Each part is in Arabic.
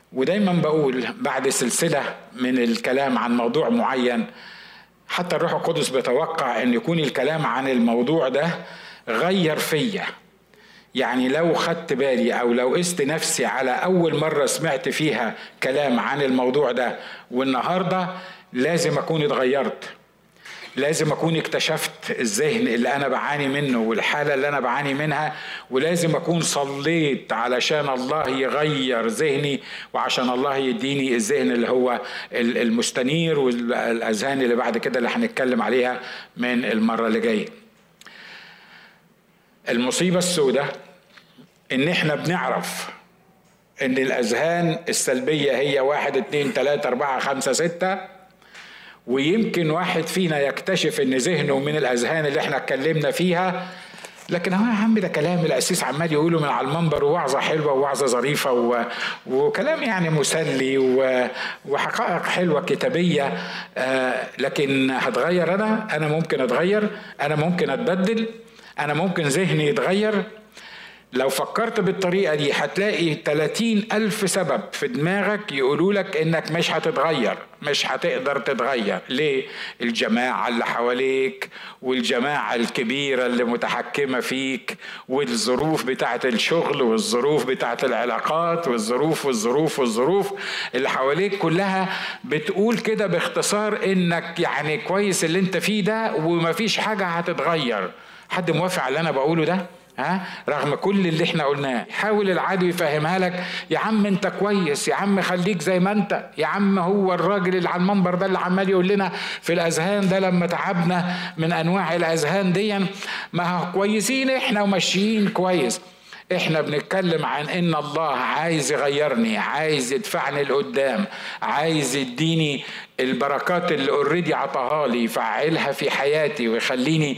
ودايما بقول بعد سلسلة من الكلام عن موضوع معين، حتى الروح القدس بيتوقع ان يكون الكلام عن الموضوع ده غير فيا. يعني لو خدت بالي او لو قست نفسي على اول مرة سمعت فيها كلام عن الموضوع ده والنهاردة، لازم اكون اتغيرت، لازم اكون اكتشفت الذهن اللي انا بعاني منه والحالة اللي انا بعاني منها، ولازم اكون صليت علشان الله يغير ذهني وعشان الله يديني الذهن اللي هو المستنير والاذهان اللي بعد كده اللي هنتكلم عليها من المرة اللي جاية. المصيبة السوداء ان احنا بنعرف ان الاذهان السلبية هي 1 2 3 4 5 6، ويمكن واحد فينا يكتشف ان ذهنه من الاذهان اللي احنا اتكلمنا فيها. لكن هو يا عم ده كلام القسيس عمال يقوله من على المنبر، ووعظة حلوة ووعظة ظريفة وكلام يعني مسلي وحقائق حلوة كتابية، لكن هتغير انا ممكن اتغير، انا ممكن اتبدل، انا ممكن ذهني يتغير. لو فكرت بالطريقة دي هتلاقي 30,000 سبب في دماغك يقولوا لك انك مش هتتغير، مش هتقدر تتغير. ليه؟ الجماعة اللي حواليك والجماعة الكبيرة اللي متحكمة فيك والظروف بتاعت الشغل والظروف بتاعت العلاقات والظروف اللي حواليك كلها بتقول كده باختصار انك يعني كويس اللي انت فيه ده ومفيش حاجة هتتغير. حد موافق على اللي انا بقوله ده؟ رغم كل اللي احنا قلناه، حاول العدو يفهمها لك، يا عم انت كويس، يا عم خليك زي ما انت، يا عم هو الراجل اللي على المنبر ده اللي عمال يقول لنا في الاذهان ده لما تعبنا من انواع الاذهان دي، ما هو كويسين احنا وماشيين كويس. احنا بنتكلم عن ان الله عايز يغيرني، عايز يدفعني لقدام، عايز يديني البركات اللي اوريدي عطاها لي يفعلها في حياتي ويخليني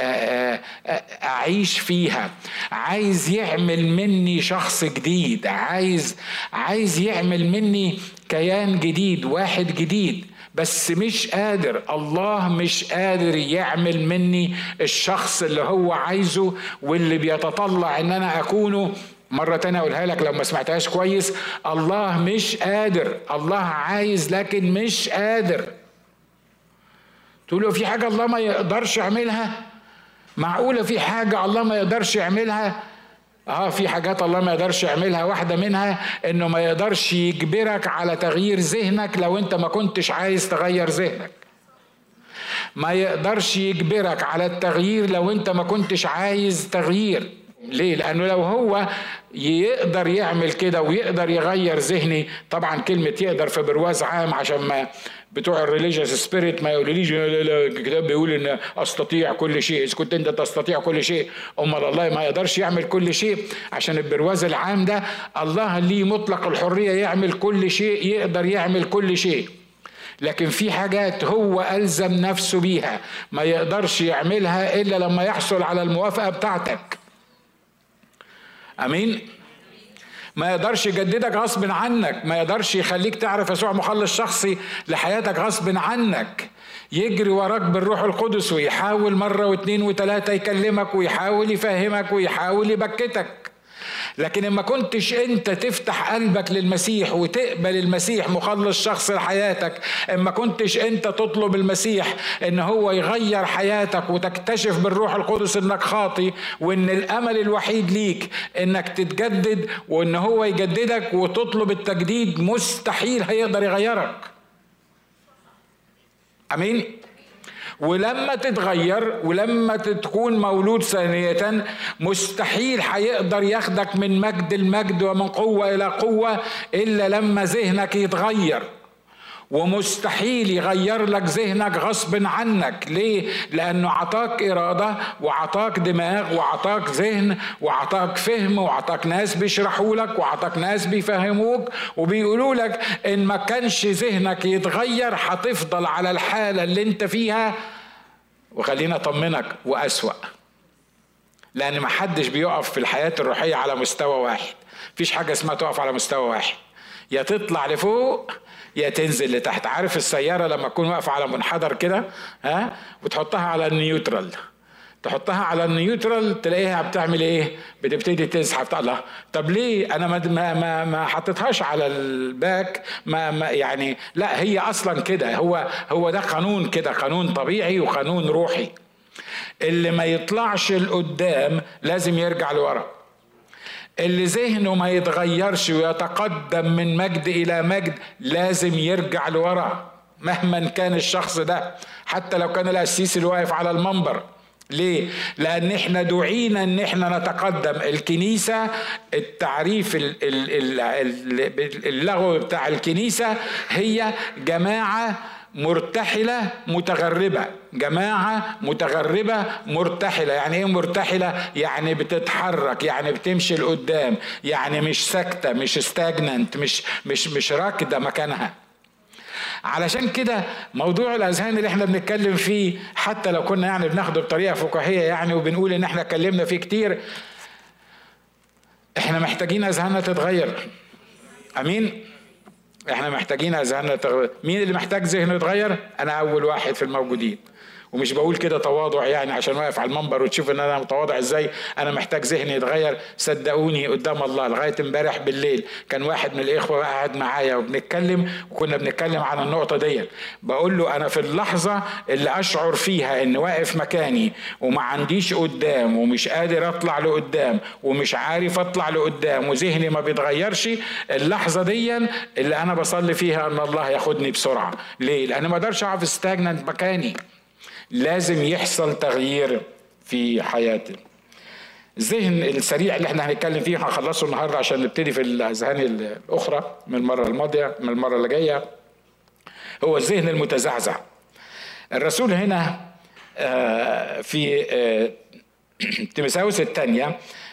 اعيش فيها، عايز يعمل مني شخص جديد، عايز يعمل مني كيان جديد، واحد جديد. بس مش قادر، الله مش قادر يعمل مني الشخص اللي هو عايزه واللي بيتطلع ان انا اكونه. مرة تانية اقولها لك لو ما سمعتهاش كويس، الله مش قادر، الله عايز لكن مش قادر. تقولوا في حاجة الله ما يقدرش يعملها؟ معقولة في حاجة الله ما يقدرش يعملها؟ في حاجات الله ما يقدرش يعملها. واحدة منها انه ما يقدرش يجبرك على تغيير ذهنك لو انت ما كنتش عايز تغير ذهنك. ما يقدرش يجبرك على التغيير لو انت ما كنتش عايز تغيير. ليه؟ لانه لو هو يقدر يعمل كده ويقدر يغير ذهني، طبعا كلمة يقدر في برواز عام عشان ما بتوع الريليجيوس سبيريت ما يقوليش الكتاب بيقول ان استطيع كل شيء. اذا كنت انت تستطيع كل شيء، امال الله ما يقدرش يعمل كل شيء؟ عشان البرواز العام ده الله ليه مطلق الحرية يعمل كل شيء، يقدر يعمل كل شيء. لكن في حاجات هو ألزم نفسه بيها ما يقدرش يعملها إلا لما يحصل على الموافقة بتاعتك. أمين؟ ما يقدرش يجددك غصب عنك، ما يقدرش يخليك تعرف يسوع مخلص شخصي لحياتك غصب عنك. يجري وراك بالروح القدس ويحاول مرة واثنين وثلاثة يكلمك ويحاول يفهمك ويحاول يبكتك. لكن اما كنتش انت تفتح قلبك للمسيح وتقبل المسيح مخلص شخص لحياتك، اما كنتش انت تطلب المسيح ان هو يغير حياتك وتكتشف بالروح القدس انك خاطي وان الامل الوحيد ليك انك تتجدد وان هو يجددك وتطلب التجديد، مستحيل هيقدر يغيرك. امين؟ ولما تتغير ولما تكون مولود ثانية، مستحيل هيقدر ياخدك من مجد المجد ومن قوة إلى قوة إلا لما ذهنك يتغير. ومستحيل يغير لك ذهنك غصب عنك. ليه؟ لأنه عطاك إرادة وعطاك دماغ وعطاك ذهن وعطاك فهم وعطاك ناس بيشرحوا لك وعطاك ناس بيفهموك وبيقولوا لك إن ما كانش ذهنك يتغير هتفضل على الحالة اللي انت فيها، وخلينا أطمنك، وأسوأ. لأن ما حدش بيقف في الحياة الروحية على مستوى واحد. فيش حاجة اسمها تقف على مستوى واحد، يا تطلع لفوق يا تنزل لتحت. عارف السيارة لما تكون واقفة على منحدر كده وتحطها على النيوترال، تحطها على النيوترال تلاقيها بتعمل ايه؟ بتبتدي تزحف. الله، طب ليه انا ما حطيتهاش على الباك؟ ما يعني لا، هي اصلا كده، هو ده قانون كده، قانون طبيعي وقانون روحي. اللي ما يطلعش لقدام لازم يرجع لورا. اللي ذهنه ما يتغيرش ويتقدم من مجد الى مجد لازم يرجع لورا مهما كان الشخص ده، حتى لو كان القسيس اللي واقف على المنبر. ليه؟ لأن احنا دعينا ان احنا نتقدم. الكنيسة، التعريف اللغوي بتاع الكنيسة هي جماعة مرتحلة متغربة. جماعة متغربة مرتحلة. يعني ايه مرتحلة؟ يعني بتتحرك، يعني بتمشي لقدام، يعني مش ساكتة، مش استاجننت، مش راكدة مكانها. علشان كده موضوع الاذهان اللي احنا بنتكلم فيه، حتى لو كنا يعني بناخده بطريقه فكاهيه يعني وبنقول ان احنا اتكلمنا فيه كتير، احنا محتاجين اذهاننا تتغير. امين. احنا محتاجين اذهاننا تتغير. مين اللي محتاج ذهنه يتغير؟ انا اول واحد في الموجودين، ومش بقول كده تواضع يعني عشان واقف على المنبر وتشوف ان انا متواضع ازاي. انا محتاج ذهني يتغير صدقوني قدام الله. لغايه امبارح بالليل كان واحد من الاخوه قاعد معايا وبنتكلم، وكنا بنتكلم عن النقطه دي. بقول له انا في اللحظه اللي اشعر فيها ان واقف مكاني وما عنديش قدام ومش قادر اطلع لقدام ومش عارف اطلع لقدام وذهني ما بيتغيرش، اللحظه دي اللي انا بصلي فيها ان الله ياخدني بسرعه. ليه؟ لان ما اقدرش اقف استاجننت مكاني. لازم يحصل تغيير في حياتي. الذهن السريع اللي احنا هنتكلم فيه هنخلصه النهارده عشان نبتدي في الاذهان الاخرى من المره الماضيه، من المره اللي جايه، هو الذهن المتزعزع. الرسول هنا في تيموثاوس الثانيه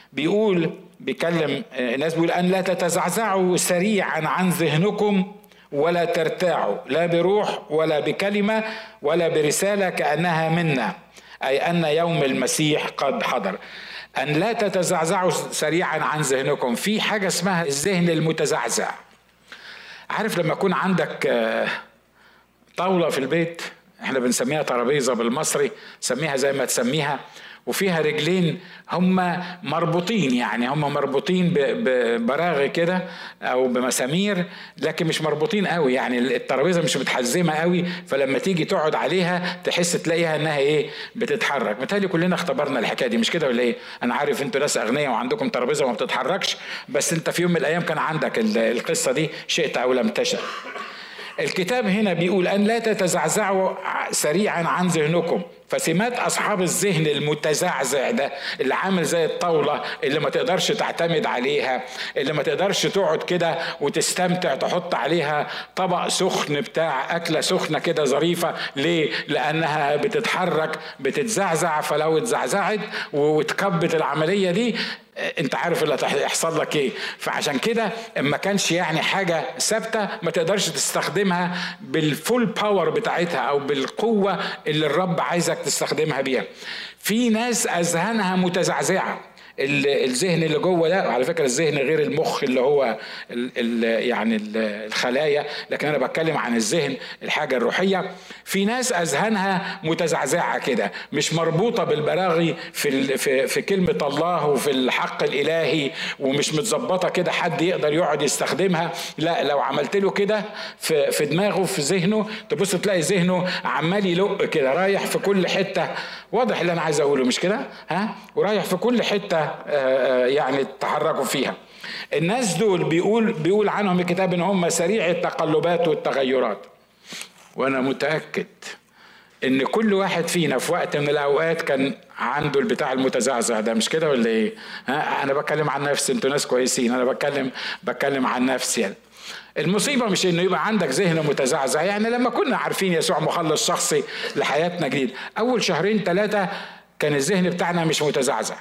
بيكلم الناس، بيقول ان لا تتزعزعوا سريعا عن ذهنكم ولا ترتاعوا، لا بروح ولا بكلمة ولا برسالة كأنها منا، أي أن يوم المسيح قد حضر. أن لا تتزعزعوا سريعا عن ذهنكم. في حاجة اسمها الذهن المتزعزع. عارف لما يكون عندك طاولة في البيت، احنا بنسميها ترابيزة بالمصري، سميها زي ما تسميها، وفيها رجلين هم مربوطين، يعني هم مربوطين ببراغي كده او بمسامير، لكن مش مربوطين قوي، يعني الترابيزه مش متحزمه قوي، فلما تيجي تقعد عليها تحس تلاقيها انها ايه، بتتحرك. متهيألي كلنا اختبرنا الحكايه دي، مش كده ولا ايه؟ انا عارف انتوا ناس اغنياء وعندكم ترابيزه وما بتتحركش، بس انت في يوم من الايام كان عندك القصه دي، شئت او لم تشأ. الكتاب هنا بيقول أن لا تتزعزعوا سريعا عن ذهنكم. فسمات أصحاب الذهن المتزعزع ده، اللي عامل زي الطاولة اللي ما تقدرش تعتمد عليها، اللي ما تقدرش تقعد كده وتستمتع، تحط عليها طبق سخن بتاع أكلة سخنة كده ظريفة. ليه؟ لأنها بتتحرك، بتتزعزع، فلو اتزعزعت وتكبت العملية دي انت عارف اللي هيحصل لك ايه. فعشان كده ما كانش يعني حاجة ثابتة ما تقدرش تستخدمها بالفول باور بتاعتها او بالقوة اللي الرب عايزك تستخدمها بيها. في ناس اذهانها متزعزعة. الذهن اللي جوه ده، على فكرة الذهن غير المخ اللي هو يعني الخلايا، لكن انا بتكلم عن الذهن الحاجة الروحية. في ناس اذهانها متزعزعة كده، مش مربوطة بالبراغي في كلمة الله وفي الحق الالهي، ومش متظبطة كده حد يقدر يقعد يستخدمها. لا، لو عملت له كده في دماغه في ذهنه، تبص تلاقي ذهنه عمال يلق كده، رايح في كل حتة. واضح اللي انا عايز اقوله مش كده؟ ورايح في كل حتة يعني تحركوا فيها. الناس دول بيقول عنهم الكتاب ان هم سريع التقلبات والتغيرات. وانا متأكد ان كل واحد فينا في وقت من الاوقات كان عنده البتاع المتزعزع ده، مش كده ولا ايه؟ انا بتكلم عن نفسي، انتوا ناس كويسين، انا بتكلم عن نفسي يعني. المصيبة مش انه يبقى عندك ذهن متزعزع. يعني لما كنا عارفين يسوع مخلص شخصي لحياتنا جديد، اول 2-3 كان الذهن بتاعنا مش متزعزع.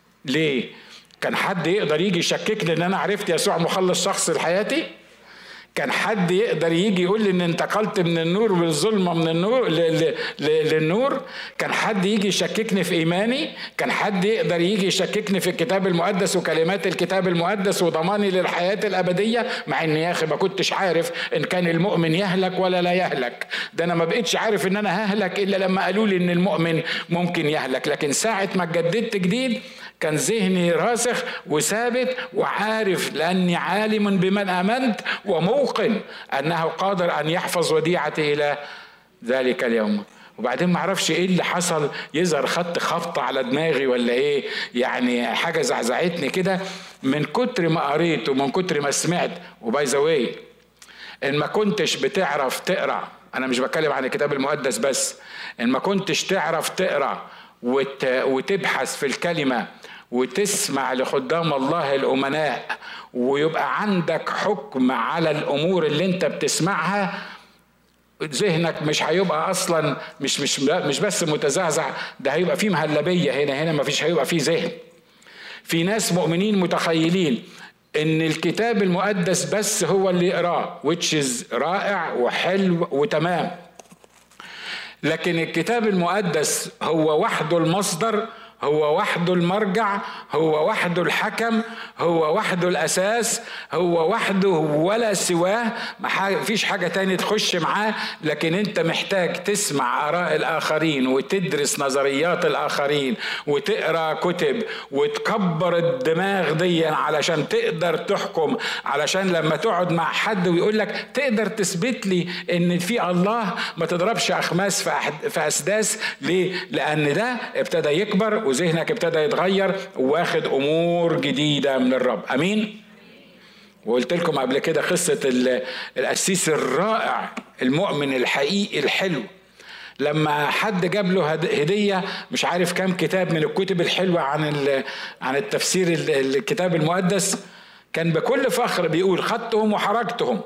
ليه؟ كان حد يقدر يجي يشككني ان انا عرفت يسوع مخلص شخصي لحياتي؟ كان حد يقدر يجي يقول لي ان انتقلت من النور والظلمة من النور للنور؟ كان حد يجي يشككني في ايماني؟ كان حد يقدر يجي يشككني في الكتاب المقدس وكلمات الكتاب المقدس وضماني للحياة الابدية؟ مع ان يا اخي ما كنتش عارف ان كان المؤمن يهلك ولا لا يهلك. ده انا ما بقيتش عارف ان انا ههلك الا لما قالوا لي ان المؤمن ممكن يهلك. لكن ساعة ما اتجددت جديد كان ذهني راسخ وثابت وعارف، لأني عالم بمن آمنت وموقن أنه قادر أن يحفظ وديعتي إلى ذلك اليوم. وبعدين ما اعرفش ايه اللي حصل، يظهر خدت خبطة على دماغي ولا ايه، يعني حاجة زعزعتني كده من كتر ما قريت ومن كتر ما سمعت. وباي ذا واي، ان ما كنتش بتعرف تقرأ، انا مش بتكلم عن الكتاب المقدس بس، ان ما كنتش تعرف تقرأ وتبحث في الكلمة وتسمع لخدام الله الأمناء ويبقى عندك حكم على الأمور اللي انت بتسمعها، ذهنك مش هيبقى أصلا مش بس متزعزع، ده هيبقى فيه مهلبية هنا ما فيش، هيبقى فيه ذهن. في ناس مؤمنين متخيلين ان الكتاب المقدس بس هو اللي يقراه، which is رائع وحلو وتمام، لكن الكتاب المقدس هو وحده المصدر، هو وحده المرجع، هو وحده الحكم، هو وحده الأساس، هو وحده ولا سواه، مفيش حاجة تانية تخش معاه. لكن انت محتاج تسمع آراء الآخرين وتدرس نظريات الآخرين وتقرأ كتب وتكبر الدماغ دي علشان تقدر تحكم، علشان لما تقعد مع حد ويقول لك تقدر تثبت لي ان في الله، ما تضربش أخماس في أسداس. ليه؟ لأن ده ابتدى يكبر وذهنك ابتدى يتغير واخد امور جديدة من الرب. امين. وقلت لكم قبل كده قصة القسيس الرائع المؤمن الحقيقي الحلو، لما حد جاب له هدية مش عارف كام كتاب من الكتب الحلوة عن التفسير الكتاب المقدس، كان بكل فخر بيقول خدتهم وحركتهم.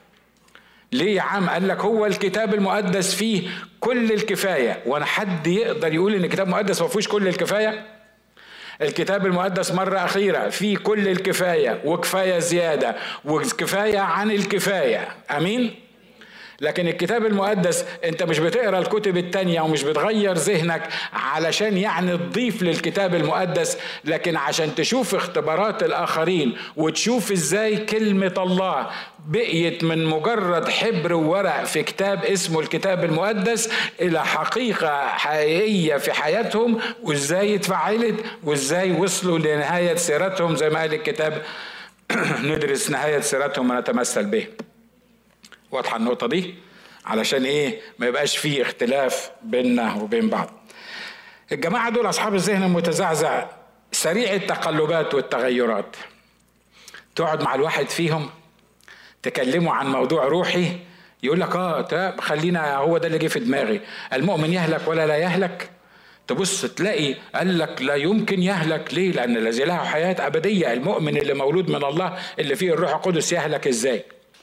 ليه يا عم؟ قال لك هو الكتاب المقدس فيه كل الكفاية. وانا حد يقدر يقول ان الكتاب المقدس ما فيهوش كل الكفاية؟ الكتاب المقدس مرة أخيرة فيه كل الكفاية وكفاية زيادة وكفاية عن الكفاية. أمين. لكن الكتاب المقدس انت مش بتقرأ الكتب التانية ومش بتغير ذهنك علشان يعني تضيف للكتاب المقدس، لكن عشان تشوف اختبارات الآخرين وتشوف ازاي كلمة الله بقيت من مجرد حبر وورق في كتاب اسمه الكتاب المقدس إلى حقيقة حقيقية في حياتهم، وازاي اتفعلت وازاي وصلوا لنهاية سيرتهم زي ما قال الكتاب ندرس نهاية سيرتهم ونتمثل به. واضحة النقطة دي؟ علشان ايه؟ ما يبقاش فيه اختلاف بيننا وبين بعض. الجماعة دول أصحاب الذهن المتزعزع سريع التقلبات والتغيرات. تقعد مع الواحد فيهم تكلموا عن موضوع روحي يقول لك خلينا، هو ده اللي جه في دماغي، المؤمن يهلك ولا لا يهلك؟ تبص تلاقي قال لك لا يمكن يهلك. ليه؟ لأن الذي له حياة أبدية. المؤمن اللي مولود من الله اللي فيه الروح القدس يهلك ازاي؟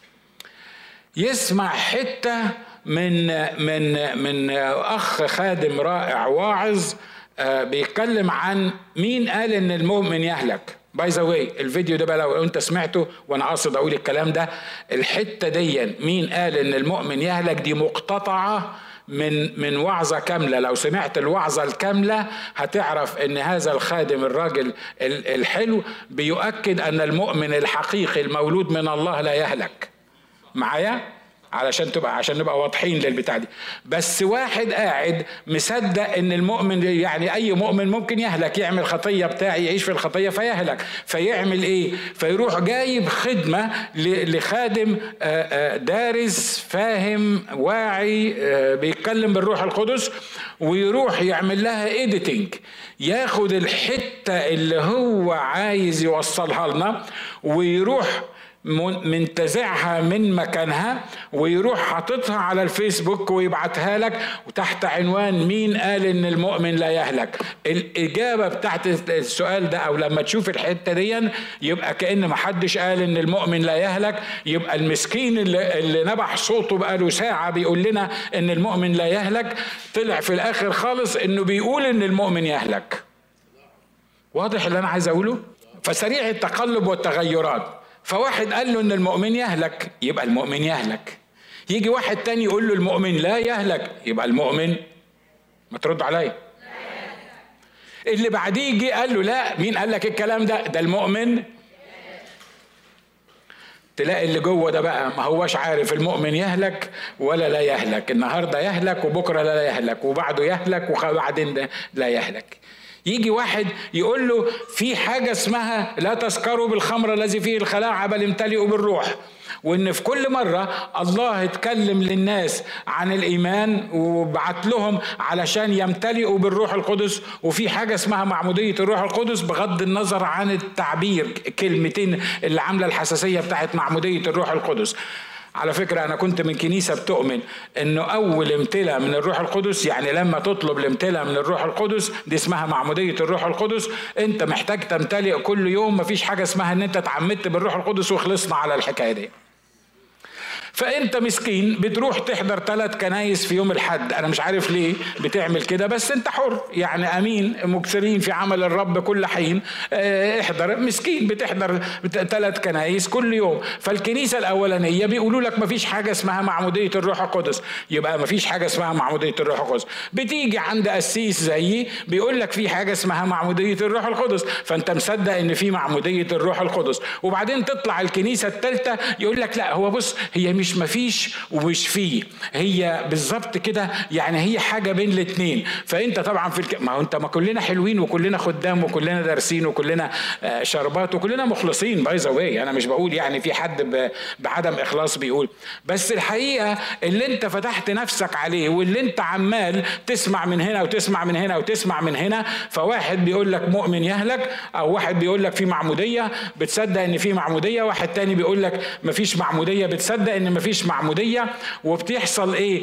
يسمع حتة من أخ خادم رائع واعظ بيتكلم عن مين قال إن المؤمن يهلك. باي ذا واي، الفيديو ده بقى لو انت سمعته، وانا قاصد اقول الكلام ده، الحتة دي مين قال إن المؤمن يهلك دي مقتطعة من وعظة كاملة. لو سمعت الوعظة الكاملة هتعرف ان هذا الخادم الراجل الحلو بيؤكد ان المؤمن الحقيقي المولود من الله لا يهلك. معايا؟ عشان نبقى واضحين للبتاع دي. بس واحد قاعد مصدق ان المؤمن، يعني اي مؤمن ممكن يهلك، يعمل خطية بتاعي يعيش في الخطية فيهلك، فيعمل ايه؟ فيروح جايب خدمة لخادم دارس فاهم واعي بيتكلم بالروح القدس، ويروح يعمل لها إيديتنج، ياخد الحتة اللي هو عايز يوصلها لنا ويروح منتزعها من مكانها ويروح حاططها على الفيسبوك ويبعتها لك وتحت عنوان مين قال ان المؤمن لا يهلك. الاجابة بتاعت السؤال ده او لما تشوف الحتة دي يبقى كأن محدش قال ان المؤمن لا يهلك، يبقى المسكين اللي نبح صوته بقاله ساعة بيقول لنا ان المؤمن لا يهلك طلع في الاخر خالص انه بيقول ان المؤمن يهلك. واضح اللي انا عايز اقوله؟ فسريع التقلب والتغيرات. فواحد قال له ان المؤمن يهلك، يبقى المؤمن يهلك. يجي واحد تاني يقول له المؤمن لا يهلك، يبقى المؤمن، ما ترد عليا. اللي بعديه يجي قال له لا، مين قال لك الكلام ده؟ ده المؤمن. تلاقي اللي جوه ده بقى ما هوش عارف المؤمن يهلك ولا لا يهلك، النهارده يهلك وبكره لا يهلك وبعده يهلك وبعدين لا يهلك. يجي واحد يقول له في حاجه اسمها لا تسكروا بالخمر الذي فيه الخلاعه بل امتلئوا بالروح، وان في كل مرة الله اتكلم للناس عن الايمان وبعت لهم علشان يمتلئوا بالروح القدس، وفي حاجة اسمها معمودية الروح القدس بغض النظر عن التعبير، كلمتين اللي عاملة الحساسية بتاعت معمودية الروح القدس. على فكرة أنا كنت من كنيسة بتؤمن إنه أول امتلاء من الروح القدس، يعني لما تطلب الامتلاء من الروح القدس دي اسمها معمودية الروح القدس، أنت محتاج تمتلئ كل يوم، مفيش حاجة اسمها إن أنت اتعمدت بالروح القدس وخلصنا على الحكاية دي. فانت مسكين بتروح تحضر 3 كنايس في يوم الحد، انا مش عارف ليه بتعمل كده، بس انت حر يعني، امين، مكثرين في عمل الرب كل حين، احضر. مسكين بتحضر 3 كنايس كل يوم. فالكنيسة الاولانية بيقولوا لك مفيش حاجة اسمها معمودية الروح القدس، يبقى مفيش حاجة اسمها معمودية الروح القدس. بتيجي عند قسيس زيي بيقول لك في حاجة اسمها معمودية الروح القدس، فانت مصدق ان في معمودية الروح القدس. وبعدين تطلع الكنيسة الثالثة يقول لك لا، هو بص، هي مش مفيش ومش فيه، هي بالظبط كده، يعني هي حاجة بين الاثنين. فانت طبعا ما هو انت، ما كلنا حلوين وكلنا خدام وكلنا دارسين وكلنا شربات وكلنا مخلصين باي ذا واي، انا مش بقول يعني في حد بعدم اخلاص بيقول، بس الحقيقة اللي انت فتحت نفسك عليه واللي انت عمال تسمع من هنا وتسمع من هنا وتسمع من هنا، فواحد بيقول لك مؤمن يهلك، او واحد بيقول لك في معمودية بتصدق ان في معمودية، واحد تاني بيقول لك مفيش معمودية بتصدق ان مفيش معمودية. وبتحصل ايه؟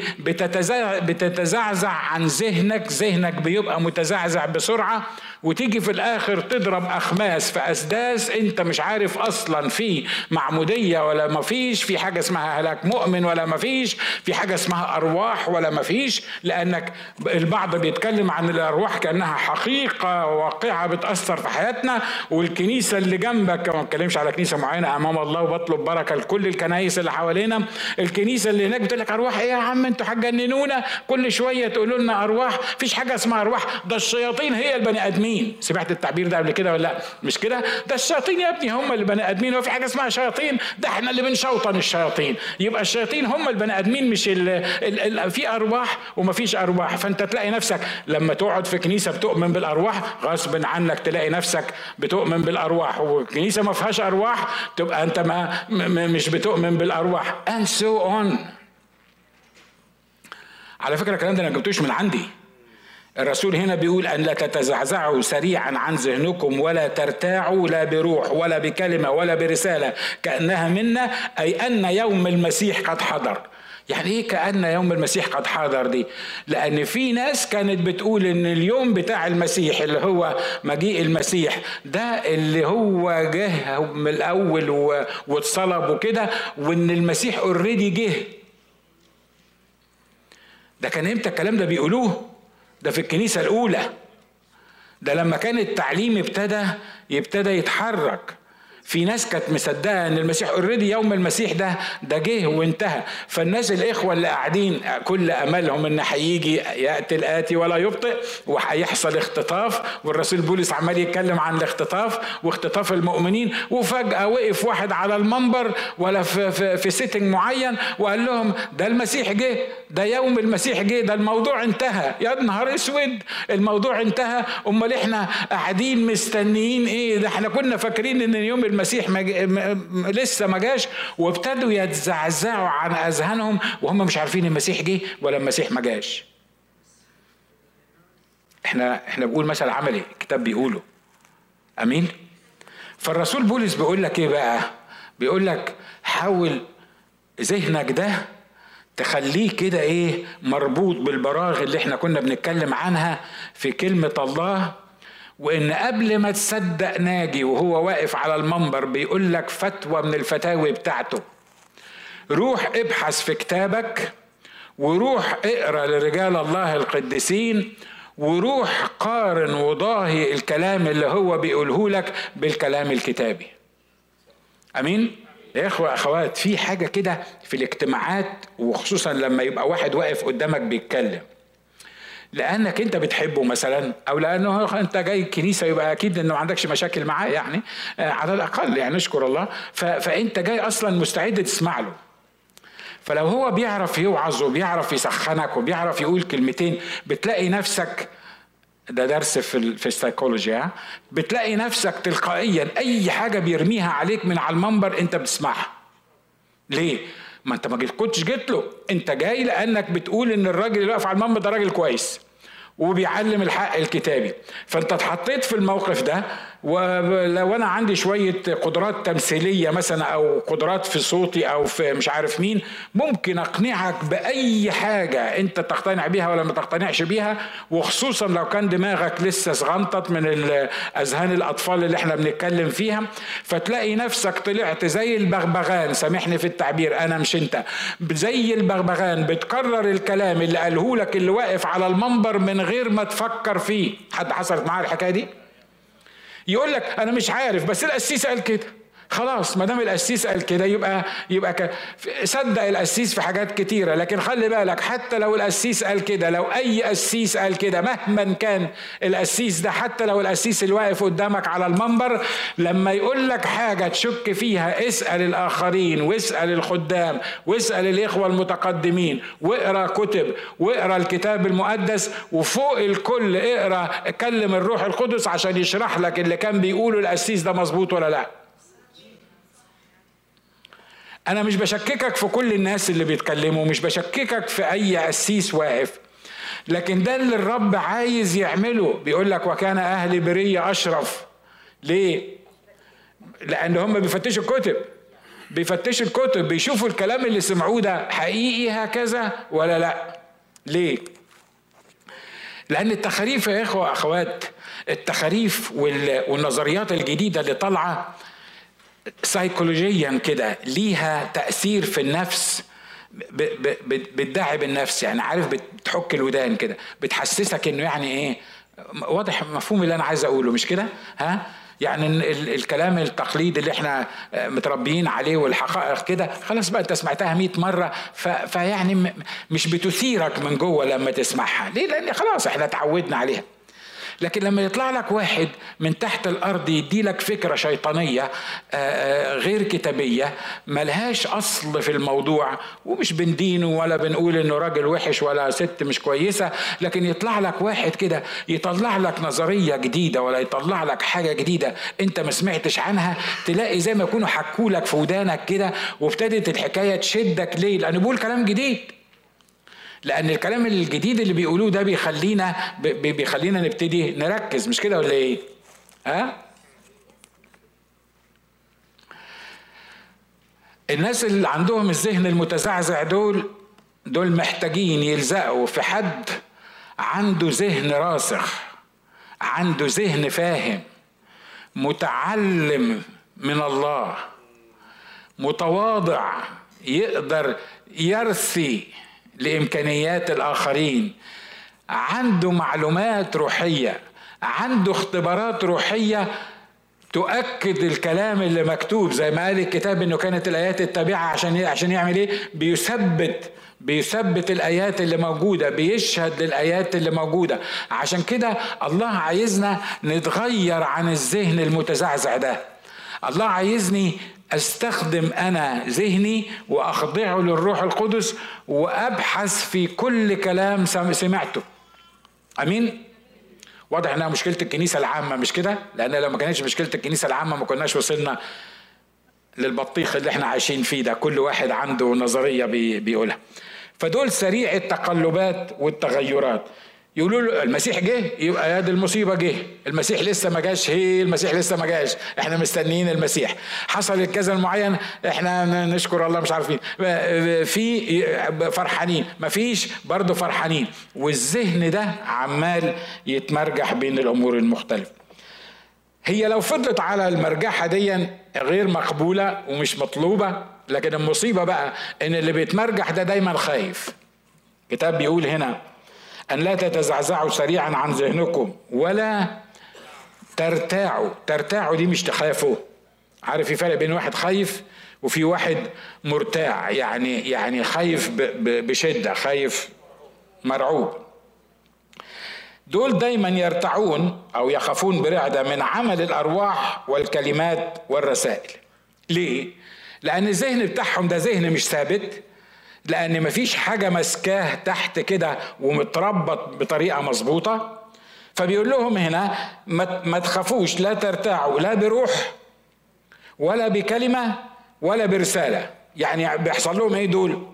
بتتزعزع عن ذهنك بيبقى متزعزع بسرعة، وتيجي في الاخر تضرب اخماس في اسداس، انت مش عارف اصلا في معمودية ولا مفيش، في حاجة اسمها هلاك مؤمن ولا مفيش، في حاجة اسمها ارواح ولا مفيش، لانك البعض بيتكلم عن الارواح كأنها حقيقة واقعة بتأثر في حياتنا، والكنيسة اللي جنبك، ما بتكلمش على كنيسة معينة امام الله وبطلب بركة لكل الكنائس اللي حوالينا، الكنيسة اللي هناك بتقول لك ارواح ايه يا عم، انتوا هتجننونا، كل شوية تقولوا لنا ارواح، فيش حاجة اسمها ارواح، ده الشياطين هي البني ادمين. سمعت التعبير ده قبل كده ولا لا؟ مش كده؟ ده الشياطين يا ابني هم البني ادمين، وفي حاجة اسمها شياطين؟ ده احنا اللي بنشوطن الشياطين، يبقى الشياطين هم البني ادمين، مش في ارواح ومفيش ارواح. فانت تلاقي نفسك لما تقعد في كنيسة بتؤمن بالارواح غصب عنك تلاقي نفسك بتؤمن بالارواح، وكنيسة ما فيهاش ارواح تبقى انت مش بتؤمن بالارواح and so on. على فكرة الكلام ده انا جبتوش من عندي، الرسول هنا بيقول أن لا تتزعزعوا سريعا عن ذهنكم ولا ترتاعوا لا بروح ولا بكلمة ولا برسالة كأنها منا، أي أن يوم المسيح قد حضر. يعني ايه كأن يوم المسيح قد حضر دي؟ لأن في ناس كانت بتقول ان اليوم بتاع المسيح اللي هو مجيء المسيح ده اللي هو جه من الأول واتصلب وكده، وان المسيح اوريدي جه. ده كان امتى الكلام ده بيقولوه؟ ده في الكنيسة الأولى، ده لما كان التعليم يبتدى يتحرك. في ناس كانت مصدقه ان المسيح اوريدي يوم المسيح ده جه وانتهى. فالناس الاخوه اللي قاعدين كل املهم ان هيجي ياتي الاتي ولا يبطئ وهيحصل اختطاف، والرسول بولس عمال يتكلم عن الاختطاف واختطاف المؤمنين، وفجاه وقف واحد على المنبر ولا في سيتنج معين وقال لهم ده المسيح جه، ده يوم المسيح جه، ده الموضوع انتهى. يا نهار اسود، الموضوع انتهى؟ امال احنا قاعدين مستنيين ايه؟ ده احنا كنا فاكرين ان يوم المسيح لسه ما جاش، وابتدوا يتزعزعوا عن اذهانهم وهم مش عارفين المسيح جه ولا المسيح ما جاش. احنا بنقول مثل عملي الكتاب بيقوله، امين. فالرسول بولس بيقول لك ايه بقى؟ بيقول لك حاول ذهنك ده تخليه كده ايه، مربوط بالبراغ اللي احنا كنا بنتكلم عنها في كلمة الله، وإن قبل ما تصدق ناجي وهو واقف على المنبر بيقول لك فتوى من الفتاوي بتاعته، روح ابحث في كتابك، وروح اقرأ لرجال الله القديسين، وروح قارن وضاهي الكلام اللي هو بيقوله لك بالكلام الكتابي. امين يا اخوة اخوات. في حاجة كده في الاجتماعات، وخصوصا لما يبقى واحد واقف قدامك بيتكلم لانك انت بتحبه مثلا، او لانه انت جاي الكنيسه يبقى اكيد انه ما عندكش مشاكل معاه يعني على الاقل، يعني نشكر الله. فانت جاي اصلا مستعد تسمع له. فلو هو بيعرف يوعظ وبيعرف يسخنك وبيعرف يقول كلمتين، بتلاقي نفسك، ده درس في السيكولوجي، بتلاقي نفسك تلقائيا اي حاجه بيرميها عليك من على المنبر انت بتسمعها. ليه؟ ما انت ما كنتش جيت له، انت جاي لانك بتقول ان الراجل اللي واقف على المنبر ده راجل كويس وبيعلم الحق الكتابي. فانت اتحطيت في الموقف ده، ولو انا عندي شوية قدرات تمثيلية مثلا او قدرات في صوتي او في مش عارف مين، ممكن اقنعك باي حاجة انت تقتنع بيها ولا ما تقتنعش بيها، وخصوصا لو كان دماغك لسه صغنطت من اذهان الاطفال اللي احنا بنتكلم فيها. فتلاقي نفسك طلعت زي البغبغان، سامحني في التعبير انا مش انت، زي البغبغان بتكرر الكلام اللي قاله لك اللي واقف على المنبر من غير ما تفكر فيه. حد حصلت معاه الحكاية دي؟ يقول لك انا مش عارف بس القسيس قال كده. خلاص ما دام القسيس قال كده يبقى صدق القسيس في حاجات كتيره. لكن خلي بالك، حتى لو القسيس قال كده، لو اي قسيس قال كده مهما كان القسيس ده، حتى لو القسيس اللي واقف قدامك على المنبر، لما يقول لك حاجه تشك فيها اسال الاخرين واسال الخدام واسال الاخوه المتقدمين، واقرا كتب واقرا الكتاب المقدس، وفوق الكل اقرا كلم الروح القدس عشان يشرح لك اللي كان بيقوله القسيس ده مظبوط ولا لا. أنا مش بشككك في كل الناس اللي بيتكلموا، مش بشككك في أي قسيس واقف، لكن ده اللي الرب عايز يعمله. بيقول لك وكان أهل برية أشرف. ليه؟ لأن هم بيفتشوا الكتب، بيشوفوا الكلام اللي سمعوه ده حقيقي هكذا ولا لا. ليه؟ لأن التخاريف يا إخوة وأخوات، التخاريف والنظريات الجديدة اللي طالعة سايكولوجيا كده ليها تأثير في النفس، بتدعب النفس، يعني عارف، بتحك الودان كده، بتحسسك انه يعني ايه، واضح مفهوم اللي انا عايز اقوله مش كده؟ يعني الكلام التقليدي اللي احنا متربيين عليه والحقائق كده خلاص بقى انت سمعتها 100 مرة، فيعني مش بتثيرك من جوه لما تسمعها. ليه؟ لان خلاص احنا اتعودنا عليها. لكن لما يطلع لك واحد من تحت الأرض يدي لك فكرة شيطانية غير كتابية ملهاش أصل في الموضوع، ومش بندينه ولا بنقول إنه راجل وحش ولا ست مش كويسة، لكن يطلع لك واحد كده يطلع لك نظرية جديدة ولا يطلع لك حاجة جديدة أنت ما سمعتش عنها، تلاقي زي ما يكونوا حكولك في ودانك كده، وابتدت الحكاية تشدك. ليه؟ لأنه بيقول كلام جديد. لأن الكلام الجديد اللي بيقولوه ده بيخلينا نبتدي نركز، مش كده ولا إيه؟ الناس اللي عندهم الذهن المتزعزع دول محتاجين يلزقوا في حد عنده ذهن راسخ، عنده ذهن فاهم، متعلم من الله، متواضع، يقدر يرثي لإمكانيات الآخرين، عنده معلومات روحية، عنده اختبارات روحية تؤكد الكلام اللي مكتوب. زي ما قال الكتاب إنه كانت الآيات التابعة عشان يعمل إيه؟ بيثبت الآيات اللي موجودة، بيشهد للآيات اللي موجودة. عشان كده الله عايزنا نتغير عن الذهن المتزعزع ده. الله عايزني استخدم انا ذهني واخضعه للروح القدس وابحث في كل كلام سمعته. امين. واضح انها مشكله الكنيسه العامه مش كده؟ لان لو ما كانتش مشكله الكنيسه العامه ما كناش وصلنا للبطيخ اللي احنا عايشين فيه ده، كل واحد عنده نظريه بيقولها. فدول سريع التقلبات والتغيرات. يقولوا له المسيح جه، يبقى يا دي المصيبه جه، المسيح لسه ما جاش، المسيح لسه ما جاش، احنا مستنيين المسيح، حصل كذا المعين احنا نشكر الله مش عارفين، في فرحانين، ما فيش برضه فرحانين، والذهن ده عمال يتمرجح بين الامور المختلفه. هي لو فضلت على المرجحه دي غير مقبوله ومش مطلوبه، لكن المصيبه بقى ان اللي بيتمرجح ده دايما خايف. الكتاب بيقول هنا أن لا تتزعزعوا سريعا عن ذهنكم ولا ترتاعوا. ترتاعوا دي مش تخافوا، عارف في فرق بين واحد خايف وفي واحد مرتاع، يعني خايف بشدة، خايف مرعوب. دول دايما يرتعون او يخافون برعدة من عمل الارواح والكلمات والرسائل. ليه؟ لان الذهن بتاعهم ده ذهن مش ثابت، لان مفيش حاجة مسكاه تحت كده ومتربط بطريقة مظبوطة. فبيقول لهم هنا ما تخافوش، لا ترتاعوا لا بروح ولا بكلمة ولا برسالة. يعني بيحصل لهم ايه دول؟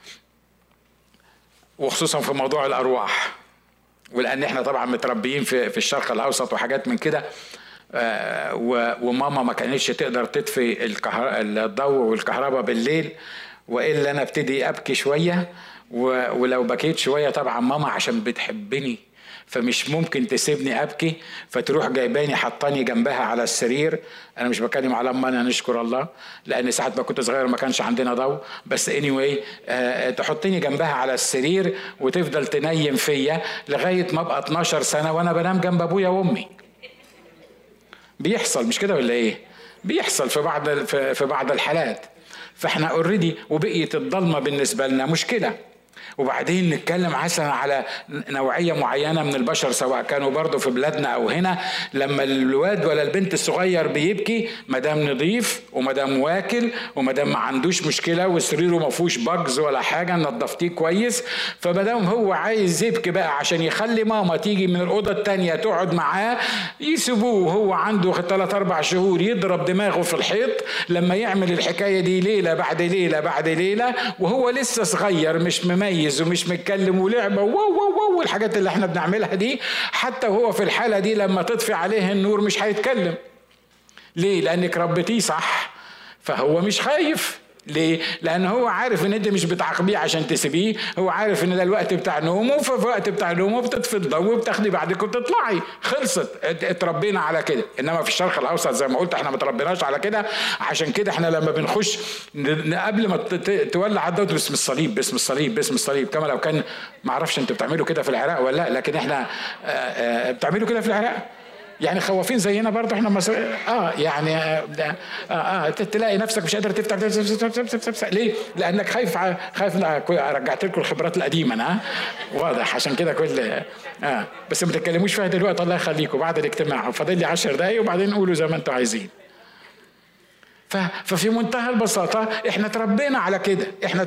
وخصوصا في موضوع الارواح، ولان احنا طبعا متربيين في الشرق الاوسط وحاجات من كده، وماما ما كانتش تقدر تطفي الضوء والكهرباء بالليل، والا انا ابتدي ابكي شويه، ولو بكيت شويه طبعا ماما عشان بتحبني فمش ممكن تسيبني ابكي، فتروح جايباني حطاني جنبها على السرير. انا مش بتكلم على امي، انا نشكر الله، لان ساعات ما كنت صغير ما كانش عندنا ضوء، بس anyway تحطيني جنبها على السرير وتفضل تنيم فيا لغايه ما ابقى 12 سنه وانا بنام جنب ابويا وامي. بيحصل مش كده ولا ايه؟ بيحصل في بعض الحالات. فاحنا اوريدي وبقيت الضلمه بالنسبه لنا مشكله. وبعدين نتكلم مثلا على نوعية معينة من البشر، سواء كانوا برضو في بلادنا أو هنا، لما الواد ولا البنت الصغير بيبكي مدام نضيف ومدام واكل ومدام ما عندوش مشكلة وسريره ما فيهوش باجز ولا حاجة نضفتيه كويس، فمدام هو عايز يبكي بقى عشان يخلي ماما تيجي من الأوضة التانية تقعد معاه، يسيبوه هو عنده 3-4 شهور يضرب دماغه في الحيط لما يعمل الحكاية دي ليلة بعد ليلة بعد ليلة، وهو لسه صغير مش مميز ومش متكلم ولعبه والحاجات اللي احنا بنعملها دي. حتى وهو في الحالة دي لما تطفي عليه النور مش هيتكلم. ليه؟ لانك ربيتيه صح، فهو مش خايف. ليه؟ لان هو عارف ان انت مش بتعاقبيه عشان تسيبيه، هو عارف ان ده الوقت بتاع نومه، ففي الوقت بتاع نومه بتطفي الضوء وبتاخدي بعدك وتطلعي، خلصت. اتربينا على كده. انما في الشرق الاوسط زي ما قلت احنا ما تربيناش على كده. عشان كده احنا لما بنخش قبل ما تولع الضوء باسم الصليب باسم الصليب باسم الصليب، كما لو كان، ما اعرفش انتوا بتعملوا كده في العراق ولا لا، لكن احنا بتعملوا كده في العراق. يعني خوافين زينا برضه احنا مصريين. تلاقي نفسك مش قادر تفتح. ليه؟ لانك خايف رجعت لكم الخبرات القديمه. واضح. عشان كده كل بس ما تتكلموش فيها دلوقتي، الله يخليكم، بعد الاجتماع فاضل لي 10 دقايق وبعدين نقولوا زي ما انتوا عايزين. ففي منتهى البساطة احنا تربينا على كده،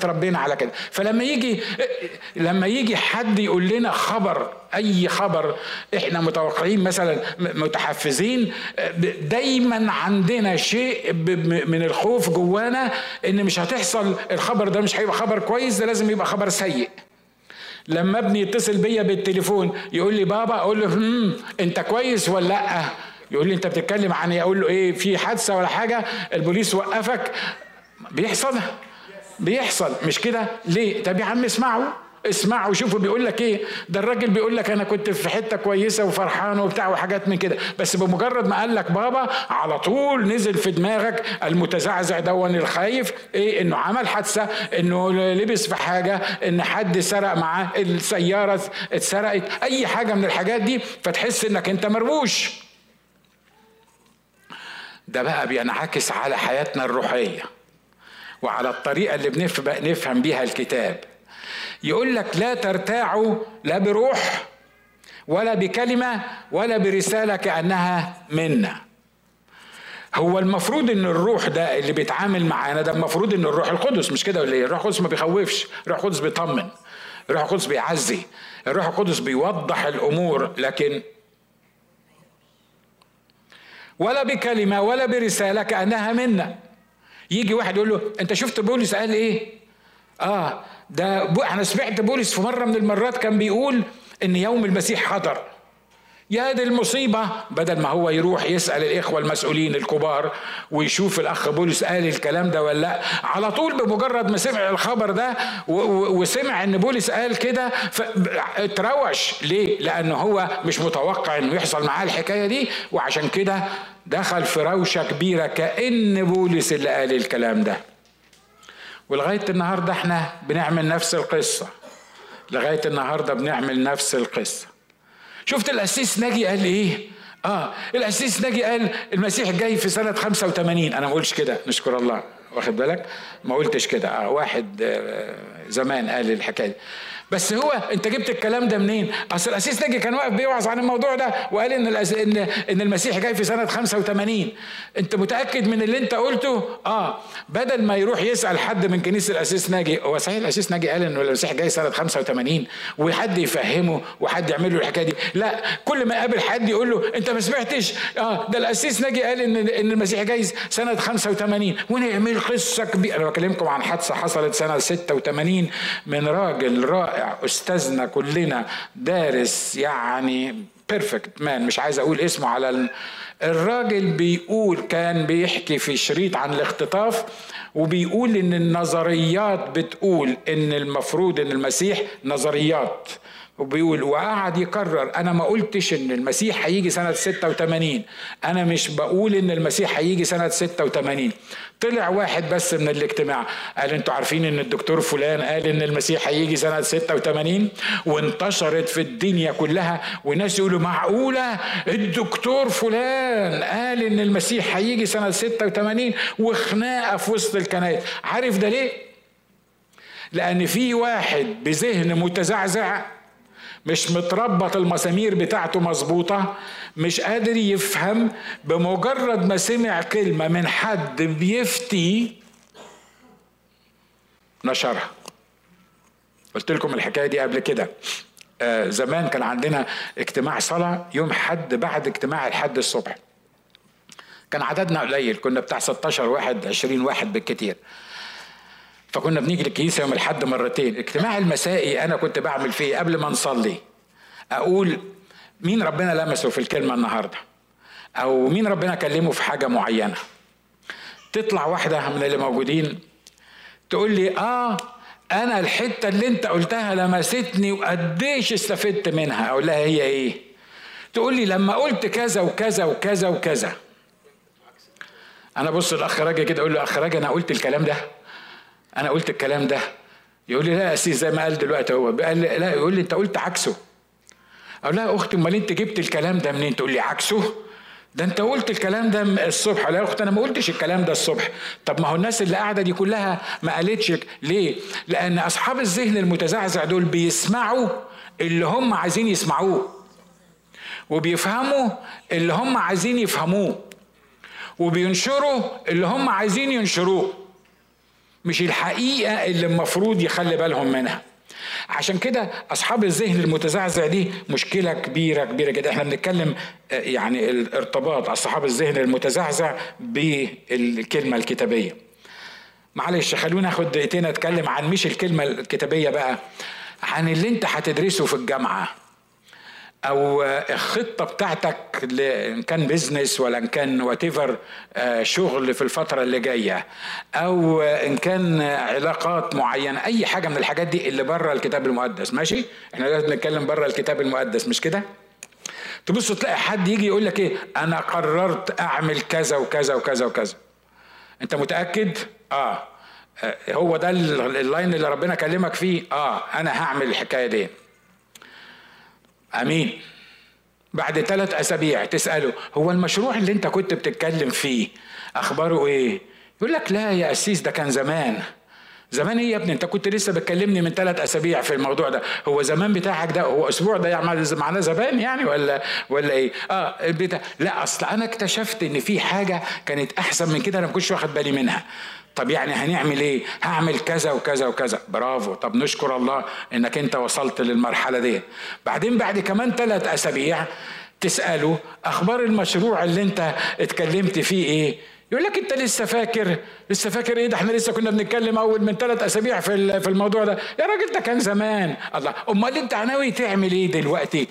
فلما يجي حد يقول لنا خبر، اي خبر احنا متوقعين مثلا متحفزين، دايما عندنا شيء من الخوف جوانا ان مش هتحصل، الخبر ده مش هيبقى خبر كويس، ده لازم يبقى خبر سيء. لما ابني يتصل بيا بالتليفون يقول لي بابا، اقول له انت كويس ولا لا؟ يقول لي انت بتتكلم عن ايه؟ اقول له ايه، في حادثه ولا حاجه؟ البوليس وقفك؟ بيحصل مش كده؟ ليه؟ طب يا عم اسمعوا شوفوا بيقول لك ايه. ده الراجل بيقول لك انا كنت في حته كويسه وفرحان وبتاع وحاجات من كده، بس بمجرد ما قال لك بابا على طول نزل في دماغك المتزعزع دون الخايف ايه، انه عمل حادثه، انه لبس في حاجه، ان حد سرق معاه، السياره اتسرقت، اي حاجه من الحاجات دي، فتحس انك انت مربوش. ده بقى بينعكس على حياتنا الروحية وعلى الطريقة اللي نفهم بيها الكتاب. يقول لك لا ترتاعوا لا بروح ولا بكلمة ولا برسالة كأنها منا. هو المفروض ان الروح ده اللي بيتعامل معانا ده المفروض ان الروح القدس، مش كده ولا ايه؟ الروح القدس ما بيخوفش، الروح القدس بيطمن، الروح القدس بيعزي، الروح القدس بيوضح الامور. لكن ولا بكلمة ولا برسالة كأنها منا. يجي واحد يقول له انت شفت بولس قال ايه؟ ده انا سمعت بولس في مرة من المرات كان بيقول ان يوم المسيح حضر. يا دي المصيبة، بدل ما هو يروح يسأل الإخوة المسؤولين الكبار ويشوف الأخ بولس قال الكلام ده ولا لا، على طول بمجرد ما سمع الخبر ده وسمع ان بولس قال كده اتروش. ليه؟ لأنه هو مش متوقع انه يحصل معاه الحكاية دي، وعشان كده دخل في روشة كبيرة كأن بولس اللي قال الكلام ده. ولغاية النهاردة احنا بنعمل نفس القصة، لغاية النهاردة بنعمل نفس القصة. شفت القسيس ناجي قال ايه؟ القسيس ناجي قال المسيح جاي في سنة 85. انا ما قلتش كده، نشكر الله، واخد بالك؟ ما قلتش كده. واحد زمان قال الحكاية. بس هو انت جبت الكلام ده منين؟ اصل القسيس ناجي كان واقف بيوعظ عن الموضوع ده وقال ان المسيح جاي في سنة 85. انت متأكد من اللي انت قلته؟ بدل ما يروح يسأل حد من كنيسة القسيس ناجي، هو صحيح القسيس ناجي قال ان المسيح جاي سنة 85 وحد يفهمه وحد يعمل له الحكاية دي؟ لا، كل ما يقابل حد يقول له انت ما سمعتش؟ ده القسيس ناجي قال ان المسيح جاي سنة 85 ونعمل قصة كبيرة. انا بكلمكم عن حادثة حصلت سنة 86 من راجل رائع استاذنا كلنا، دارس يعني بيرفكت مان، مش عايز اقول اسمه على الراجل. بيقول كان بيحكي في شريط عن الاختطاف وبيقول ان النظريات بتقول ان المفروض ان المسيح نظريات، وبيقول وقعد يكرر انا ما قلتش ان المسيح هيجي سنة 86، انا مش بقول ان المسيح هيجي سنة 86. طلع واحد بس من الاجتماع قال انتوا عارفين ان الدكتور فلان قال ان المسيح هيجي سنة 86؟ وانتشرت في الدنيا كلها، وناس يقولوا معقولة الدكتور فلان قال ان المسيح هيجي سنة 86؟ وخناقة في وسط الكنائس. عارف ده ليه؟ لان في واحد بذهن متزعزع، مش متربط المسامير بتاعته مظبوطة، مش قادر يفهم، بمجرد ما سمع كلمة من حد بيفتي نشرها. قلت لكم الحكاية دي قبل كده. زمان كان عندنا اجتماع صلاة يوم حد بعد اجتماع الحد الصبح، كان عددنا قليل، كنا بتاع 16 واحد 20 واحد بالكتير، فكنا بنيجي للكنيسة يوم الحد مرتين. اجتماع المسائي انا كنت بعمل فيه قبل ما نصلي اقول مين ربنا لمسه في الكلمة النهاردة، او مين ربنا كلمه في حاجة معينة. تطلع واحدة من اللي موجودين تقول لي انا الحتة اللي انت قلتها لمستني وقديش استفدت منها. اقول لها هي ايه؟ تقول لي لما قلت كذا وكذا وكذا وكذا. انا بص الاخ راجي كده اقول له اخ راجي انا قلت الكلام ده، انا قلت الكلام ده. يقول لي لا يا سيدي زي ما قال دلوقتي هو. قال لي لا، يقول لي انت قلت عكسه. اقول لها اختي امال انت جبت الكلام ده منين؟ تقول لي عكسه، ده انت قلت الكلام ده الصبح. لا يا اختي انا ما قلتش الكلام ده الصبح. طب ما هو الناس اللي قاعده دي كلها ما قالتش. ليه؟ لان اصحاب الذهن المتزعزع دول بيسمعوا اللي هم عايزين يسمعوه، وبيفهموا اللي هم عايزين يفهموه، وبينشروا اللي هم عايزين ينشروه، مش الحقيقة اللي المفروض يخلي بالهم منها. عشان كده أصحاب الذهن المتزعزع دي مشكلة كبيرة كبيرة جدا. احنا بنتكلم يعني الارتباط أصحاب الذهن المتزعزع بالكلمة الكتابية. معلش خلونا ناخد دقيقتين أتكلم عن مش الكلمة الكتابية بقى، عن اللي انت هتدرسه في الجامعة، او الخطة بتاعتك ان كان بيزنس ولا ان كان واتيفر شغل في الفترة اللي جاية، او ان كان علاقات معينة، اي حاجة من الحاجات دي اللي بره الكتاب المقدس. ماشي، احنا لازم نتكلم بره الكتاب المقدس مش كده؟ تبص تلاقي حد يجي يقول لك ايه، انا قررت اعمل كذا وكذا وكذا وكذا. انت متأكد؟ هو ده اللاين اللي ربنا كلمك فيه؟ انا هعمل الحكاية دي. امين. بعد 3 أسابيع تسأله هو المشروع اللي انت كنت بتتكلم فيه اخباره ايه؟ يقول لك لا يا قسيس ده كان زمان. زمان ايه يا ابني؟ انت كنت لسه بتكلمني من 3 أسابيع في الموضوع ده. هو زمان بتاعك ده هو اسبوع ده يعمل معناه زمان يعني ولا ايه؟ لا اصل انا اكتشفت ان في حاجة كانت احسن من كده انا ما كنتش واخد بالي منها. طب يعني هنعمل ايه؟ هعمل كذا وكذا وكذا. برافو، طب نشكر الله انك انت وصلت للمرحلة دي. بعدين بعد كمان 3 أسابيع تسأله اخبار المشروع اللي انت اتكلمت فيه ايه؟ يقول لك انت لسه فاكر ايه؟ ده احنا لسه كنا بنتكلم اول من 3 أسابيع في الموضوع ده. يا راجل ده كان زمان. الله، امال انت ناوي تعمل ايه دلوقتي؟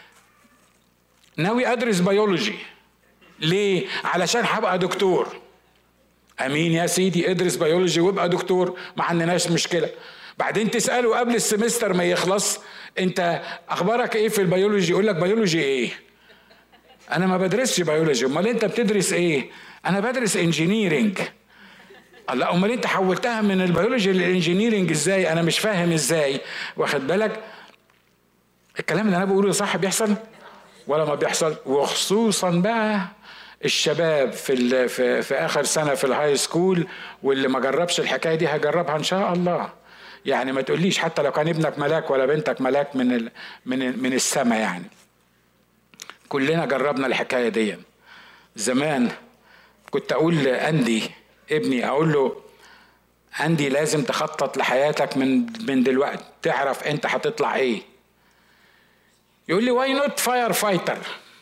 ناوي ادرس بيولوجي. ليه؟ علشان هبقى دكتور. امين يا سيدي، ادرس بيولوجي وابقى دكتور، ما عندناش مشكله. بعدين تساله قبل السمستر ما يخلص انت اخبارك ايه في البيولوجي؟ يقول لك بيولوجي ايه؟ انا ما بدرسش بيولوجي. امال انت بتدرس ايه؟ انا بدرس انجينيرنج. الله، امال انت حولتها من البيولوجي للانجينيرنج ازاي؟ انا مش فاهم ازاي. واخد بالك الكلام اللي انا بقوله صح بيحصل؟ ولا ما بيحصل. وخصوصا بقى الشباب في اخر سنه في الهاي سكول، واللي ما جربش الحكايه دي هجربها ان شاء الله. يعني ما تقوليش حتى لو كان ابنك ملاك ولا بنتك ملاك من السماء. يعني كلنا جربنا الحكايه دي. زمان كنت اقول لاندي ابني، اقول له اندي لازم تخطط لحياتك من دلوقتي، تعرف انت هتطلع ايه. يقول لي واي نوت فاير فايتر،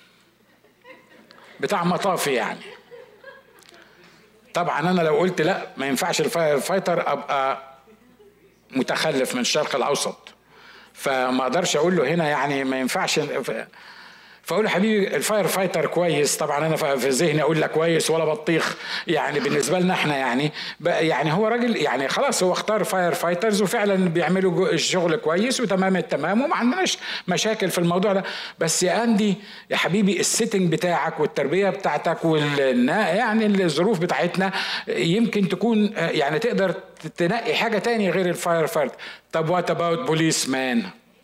بتاع مطافي يعني. طبعا انا لو قلت لا ما ينفعش الفاير فايتر ابقى متخلف من الشرق الاوسط، فما اقدرش اقول له هنا يعني ما ينفعش. فاقول له حبيبي الفاير فايتر كويس. طبعا انا في ذهني اقول لك كويس ولا بطيخ يعني بالنسبه لنا احنا يعني يعني هو راجل يعني خلاص هو اختار فاير فايترز وفعلا بيعملوا الشغل كويس وتمام التمام وما عندناش مشاكل في الموضوع ده. بس يا اندي يا حبيبي السيتنج بتاعك والتربيه بتاعتك يعني الظروف بتاعتنا يمكن تكون يعني تقدر تنقي حاجه تانية غير الفاير فايتر. طب وات اباوت بوليس مان؟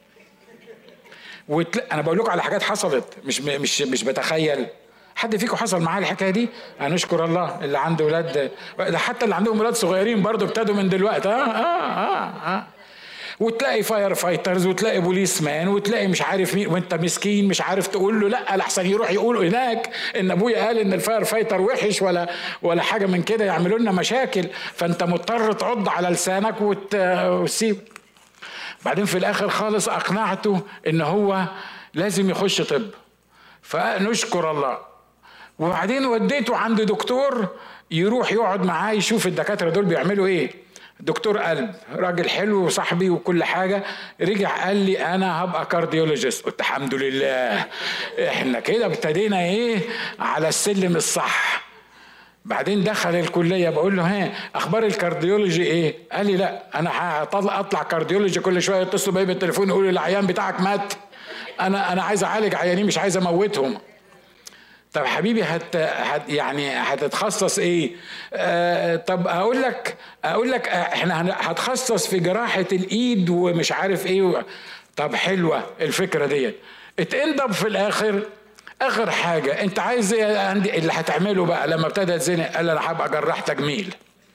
انا بقول لكم على حاجات حصلت، مش بتخيل. حد فيكم حصل معاه الحكايه دي؟ هنشكر الله اللي عنده ولاد، حتى اللي عندهم ولاد صغيرين برضو ابتدوا من دلوقتي. وتلاقي فاير فايترز وتلاقي بوليس مان وتلاقي مش عارف مين، وانت مسكين مش عارف تقول له لا لحسن يروح يقولوا هناك ان ابويا قال ان الفاير فايتر وحش ولا حاجه من كده يعملوا لنا مشاكل، فانت مضطر تعض على لسانك وتسيب. بعدين في الاخر خالص اقنعته ان هو لازم يخش طب، فنشكر الله. وبعدين وديته عند دكتور يروح يقعد معاه يشوف الدكاتره دول بيعملوا ايه. دكتور قلب، راجل حلو وصاحبي وكل حاجه. رجع قال لي انا هبقى كارديولوجيست. قلت الحمد لله احنا كده ابتدينا ايه على السلم الصح. بعدين دخل الكليه، بقول له ها اخبار الكارديولوجي ايه؟ قال لي لا انا اطلع كارديولوجي كل شويه يتصلوا بيا بالتليفون يقولوا العيان بتاعك مات. انا عايز اعالج عيانين مش عايز اموتهم. طب حبيبي يعني هتتخصص ايه؟ طب اقول لك احنا هتخصص في جراحه الايد ومش عارف ايه. طب حلوه الفكره دي. اتندب في الاخر اخر حاجه انت عايز ايه عندي اللي هتعمله بقى لما ابتدى يتزنق؟ قال انا هبقى جراح تجميل.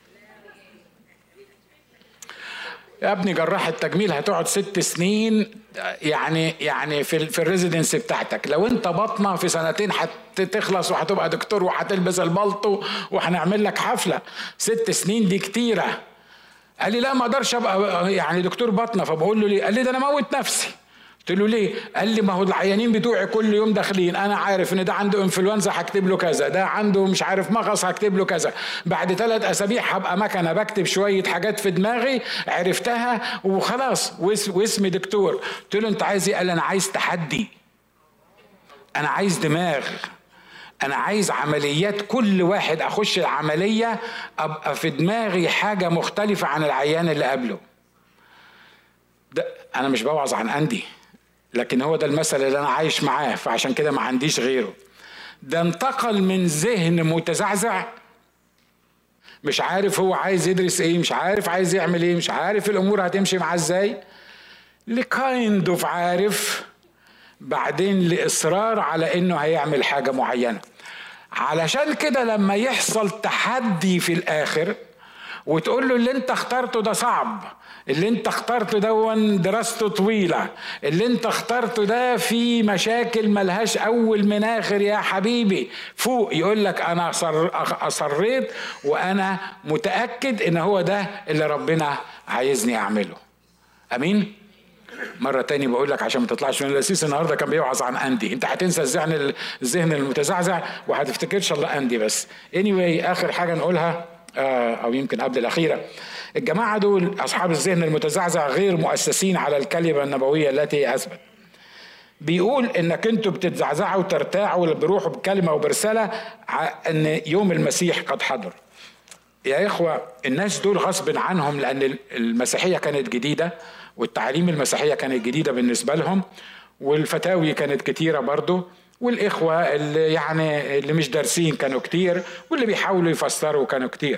يا ابني جراح التجميل هتقعد 6 سنين يعني في الريزيدنس بتاعتك. لو انت بطنه في 2 سنين هتخلص وهتبقى دكتور وهتلبس البلطو وهنعمل لك حفله. 6 سنين دي كتيره. قال لي لا ما اقدرش ابقى يعني دكتور بطنه. فبقول له ليه؟ قال لي ده انا موت نفسي. قلت له ليه؟ قال لي ما هو العيانين بتوعي كل يوم داخلين، انا عارف ان ده عنده انفلونزا هكتب له كذا، ده عنده مش عارف مغص هكتب له كذا، بعد 3 أسابيع هبقى مكنه بكتب شويه حاجات في دماغي عرفتها وخلاص واسمي دكتور. قلت له انت عايز ايه؟ قال لي انا عايز تحدي، انا عايز دماغ، انا عايز عمليات كل واحد اخش العمليه ابقى في دماغي حاجه مختلفه عن العيان اللي قبله. ده انا مش بوعظ عن اندي، لكن هو ده المثل اللي انا عايش معاه، فعشان كده ما عنديش غيره. ده انتقل من ذهن متزعزع مش عارف هو عايز يدرس ايه، مش عارف عايز يعمل ايه، مش عارف الامور هتمشي معاه ازاي، لكايند اوف عارف، بعدين لاصرار على انه هيعمل حاجه معينه. علشان كده لما يحصل تحدي في الاخر وتقول له اللي انت اخترته ده صعب، اللي انت اخترته ده دراسته طويلة، اللي انت اخترته ده في مشاكل ملهاش اول من اخر يا حبيبي، فوق يقول لك انا اصريت وانا متأكد ان هو ده اللي ربنا عايزني اعمله. امين. مرة تاني بقول لك عشان ما تطلعش من الاسيس، النهاردة كان بيوعظ عن اندي، انت هتنسى الذهن المتزعزع وهتفتكرش الله اندي بس. anyway اخر حاجة نقولها او يمكن قبل الاخيره، الجماعه دول اصحاب الذهن المتزعزع غير مؤسسين على الكلمه النبويه التي اثبت. بيقول انك انتوا بتتزعزعوا وترتاعوا بروحوا بكلمه وبرساله ان يوم المسيح قد حضر. يا اخوه الناس دول غصب عنهم، لان المسيحيه كانت جديده والتعاليم المسيحيه كانت جديده بالنسبه لهم، والفتاوي كانت كتيره برضو، والاخوه اللي مش دارسين كانوا كتير، واللي بيحاولوا يفسروا كانوا كتير.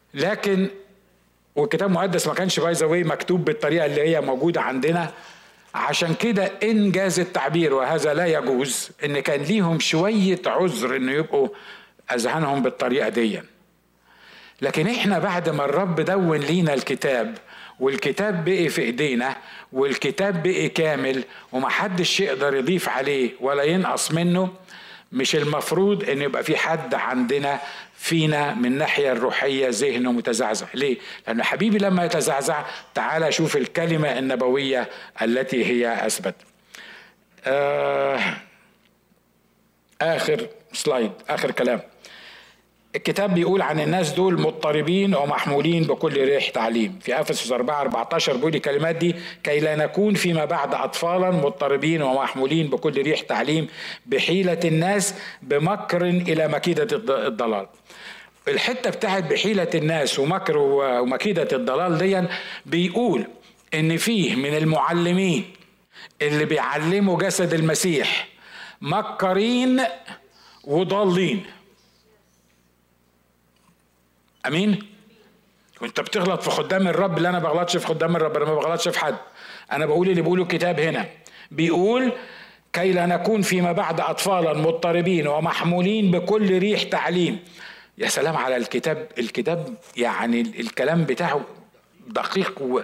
لكن والكتاب المقدس ما كانش باي ذا واي مكتوب بالطريقه اللي هي موجوده عندنا. عشان كده انجاز التعبير، وهذا لا يجوز، ان كان ليهم شوية عذر انه يبقوا اذهانهم بالطريقة دي. لكن احنا بعد ما الرب دون لينا الكتاب، والكتاب بقي في ايدينا، والكتاب بقي كامل ومحدش يقدر يضيف عليه ولا ينقص منه، مش المفروض ان يبقى في حد عندنا فينا من الناحية الروحية ذهنه متزعزع. ليه؟ لأن حبيبي لما يتزعزع تعال شوف الكلمة النبوية التي هي أثبت. آخر سلايد، آخر كلام. الكتاب بيقول عن الناس دول مضطربين ومحمولين بكل ريح تعليم. في أفسس 4:14 بيقول الكلمات دي: كي لا نكون فيما بعد أطفالا مضطربين ومحمولين بكل ريح تعليم بحيلة الناس بمكر إلى مكيدة الضلال. الحتة بتاعت بحيلة الناس ومكر ومكيدة الضلال دي بيقول إن فيه من المعلمين اللي بيعلموا جسد المسيح مكرين وضالين. امين. وانت بتغلط في خدام الرب، اللي انا بغلطش في خدام الرب، انا ما بغلطش في حد، انا بقول اللي بيقوله الكتاب هنا. بيقول كي لا نكون فيما بعد اطفالا مضطربين ومحمولين بكل ريح تعليم. يا سلام على الكتاب. الكتاب يعني الكلام بتاعه دقيق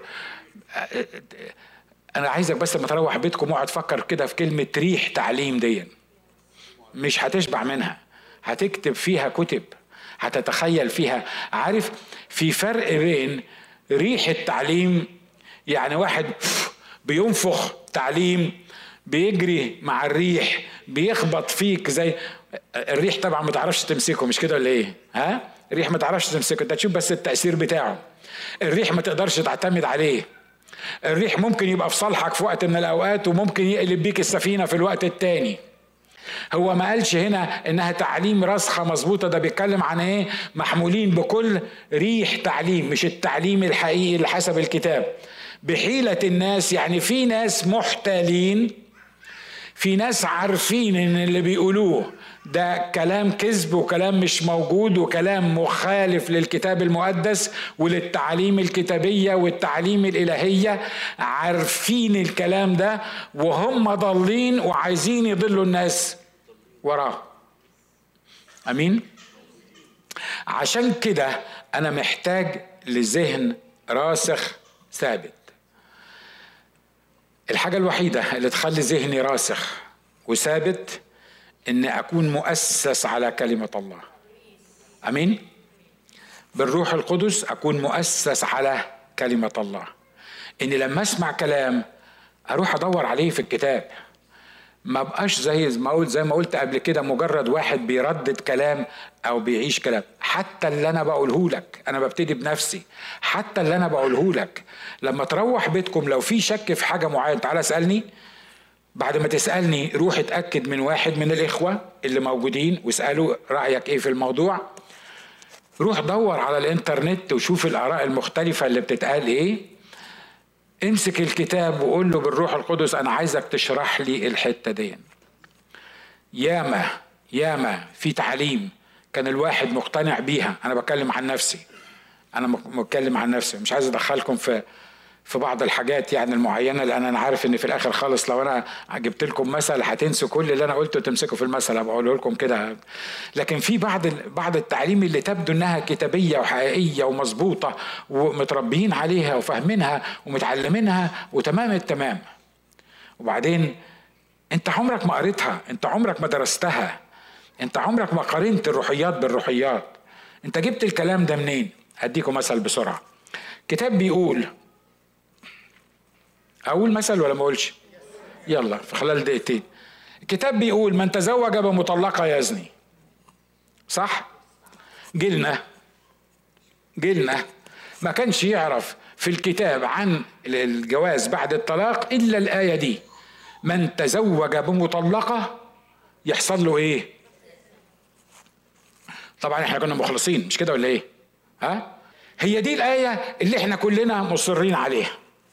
انا عايزك بس لما تروح بيتكم اقعد تفكر كده في كلمة ريح تعليم دي، مش هتشبع منها، هتكتب فيها كتب، هتتخيل فيها. عارف في فرق بين ريح التعليم، يعني واحد بينفخ تعليم بيجري مع الريح بيخبط فيك زي الريح، طبعا ما تعرفش تمسكه، مش كده ولا ايه؟ الريح ما تعرفش تمسكه، انت تشوف بس التأثير بتاعه. الريح ما تقدرش تعتمد عليه. الريح ممكن يبقى في صالحك في وقت من الاوقات، وممكن يقلب بيك السفينة في الوقت التاني. هو ما قالش هنا انها تعليم راسخة مظبوطة، ده بيتكلم عن ايه؟ محمولين بكل ريح تعليم، مش التعليم الحقيقي اللي حسب الكتاب. بحيلة الناس يعني في ناس محتالين، في ناس عارفين ان اللي بيقولوه ده كلام كذب وكلام مش موجود وكلام مخالف للكتاب المقدس وللتعليم الكتابية والتعليم الإلهية، عارفين الكلام ده وهم ضالين وعايزين يضلوا الناس وراه. أمين. عشان كده أنا محتاج لذهن راسخ ثابت. الحاجة الوحيدة اللي تخلي ذهني راسخ وثابت ان اكون مؤسس على كلمة الله. امين. بالروح القدس اكون مؤسس على كلمة الله، اني لما اسمع كلام اروح ادور عليه في الكتاب، ما بقاش زي ما قلت قبل كده مجرد واحد بيردد كلام او بيعيش كلام. حتى اللي انا بقوله لك انا ببتدي بنفسي، حتى اللي انا بقوله لك لما تروح بيتكم لو في شك في حاجة معينة تعالى اسألني. بعد ما تسألني روح اتأكد من واحد من الإخوة اللي موجودين واسأله رأيك ايه في الموضوع. روح دور على الانترنت وشوف الآراء المختلفة اللي بتتقال ايه. امسك الكتاب وقول له بالروح القدس انا عايزك تشرح لي الحتة دي. ياما في تعليم كان الواحد مقتنع بيها. انا بتكلم عن نفسي، مش عايز ادخلكم في بعض الحاجات يعني المعينة، لأن أنا عارف إن في الآخر خالص لو أنا جبت لكم مثل هتنسوا كل اللي أنا قلته وتمسكوا في المثل، بقوله لكم كده. لكن في بعض التعليم اللي تبدو إنها كتابية وحقيقية ومظبوطة ومتربيين عليها وفاهمينها ومتعلمينها وتمام التمام، وبعدين أنت عمرك ما قريتها، أنت عمرك ما درستها، أنت عمرك ما قارنت الروحيات بالروحيات. أنت جبت الكلام ده منين؟ هديكم مثل بسرعة. كتاب بيقول، أقول مثل ولا ما أقولش؟ يلا في خلال دقيقتين. الكتاب بيقول من تزوج بمطلقة يزني. صح؟ جيلنا ما كانش يعرف في الكتاب عن الجواز بعد الطلاق إلا الآية دي: من تزوج بمطلقة يحصل له إيه؟ طبعا احنا كنا مخلصين، مش كده ولا إيه؟ هي دي الآية اللي احنا كلنا مصرين عليها.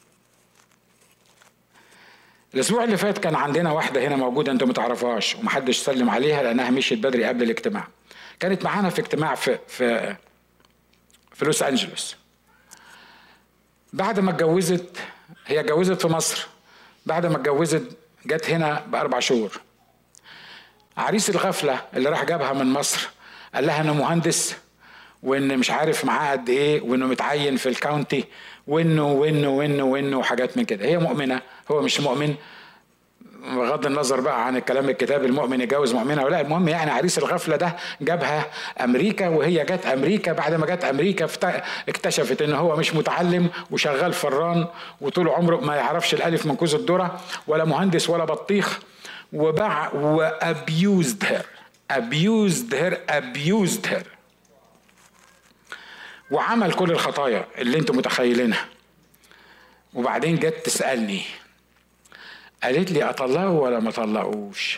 الاسبوع اللي فات كان عندنا واحدة هنا موجودة انتوا متعرفوهاش ومحدش سلم عليها لانها مشيت بدري قبل الاجتماع. كانت معانا في اجتماع في لوس انجلوس. بعد ما اتجوزت، هي اتجوزت في مصر بعد ما اتجوزت جت هنا ب4 شهور. عريس الغفلة اللي راح جابها من مصر قال لها انه مهندس، وان مش عارف معاه قد ايه، وانه متعين في الكاونتي، وانه وحاجات من كده. هي مؤمنة، هو مش مؤمن، بغض النظر بقى عن الكلام الكتاب المؤمن يتجوز مؤمنة ولا. المهم يعني عريس الغفلة ده جابها امريكا، وهي جت امريكا. بعد ما جت امريكا اكتشفت ان هو مش متعلم وشغال فران، وطول عمره ما يعرفش الالف من كوز الذرة، ولا مهندس ولا بطيخ، وباع وابيوزد هير وعمل كل الخطايا اللي انتم متخيلينها. وبعدين جت تسألني، قالت لي اطلقه ولا ما اطلقوش؟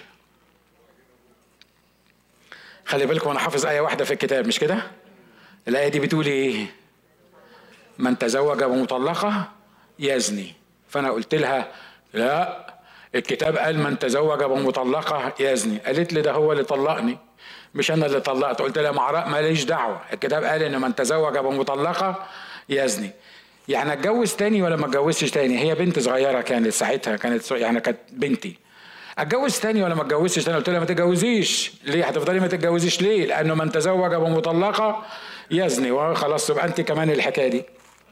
خلي بالكم انا حافظ آية واحدة في الكتاب، مش كده؟ الآية دي بتقول ايه؟ من تزوج بمطلقة يزني. فانا قلت لها لا، الكتاب قال من تزوج بمطلقة يزني. قالت لي ده هو اللي طلقني مش انا اللي طلقت. قلت لها ماليش دعوة، الكتاب قال ان من تزوج بمطلقة يزني. يعني اتجوز تاني ولا ما اتجوزش تاني؟ هي بنت صغيرة كانت ساعتها، كانت بنتي. اتجوز تاني ولا ما اتجوزش تاني؟ قلت لها ما تتجوزيش. ليه هتفضلي ما تتجوزيش ليه؟ لانه من تزوج بمطلقة يزني. وخلاص تبقى انت كمان الحكاية دي.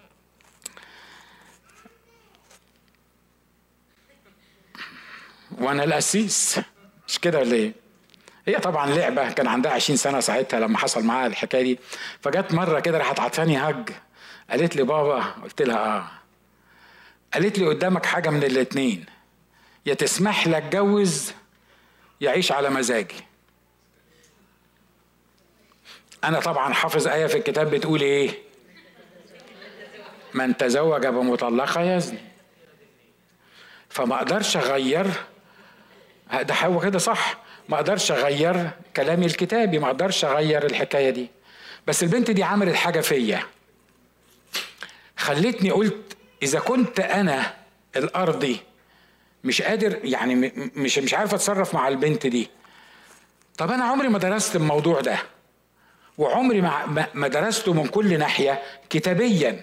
وانا القسيس، مش كده ولا ايه؟ هي طبعا لعبة، كان عندها 20 سنة ساعتها لما حصل معاها الحكاية دي. فجت مرة كده راحت عطاني هج، قالت لي بابا. قلت لها قالت لي قدامك حاجة من الاتنين، يا تسمح لك اتجوز يعيش على مزاجي. انا طبعا حافظ آية في الكتاب بتقول ايه؟ من تزوج بمطلقة يزني. فما اقدرش اغير ده، هو كده صح، ما اقدرش اغير كلامي الكتابي، ما اقدرش اغير الحكاية دي. بس البنت دي عملت حاجة فيا خلتني قلت اذا كنت انا الارضي مش قادر، يعني مش عارف اتصرف مع البنت دي، طب انا عمري ما درست الموضوع ده، وعمري ما درسته من كل ناحية كتابيا.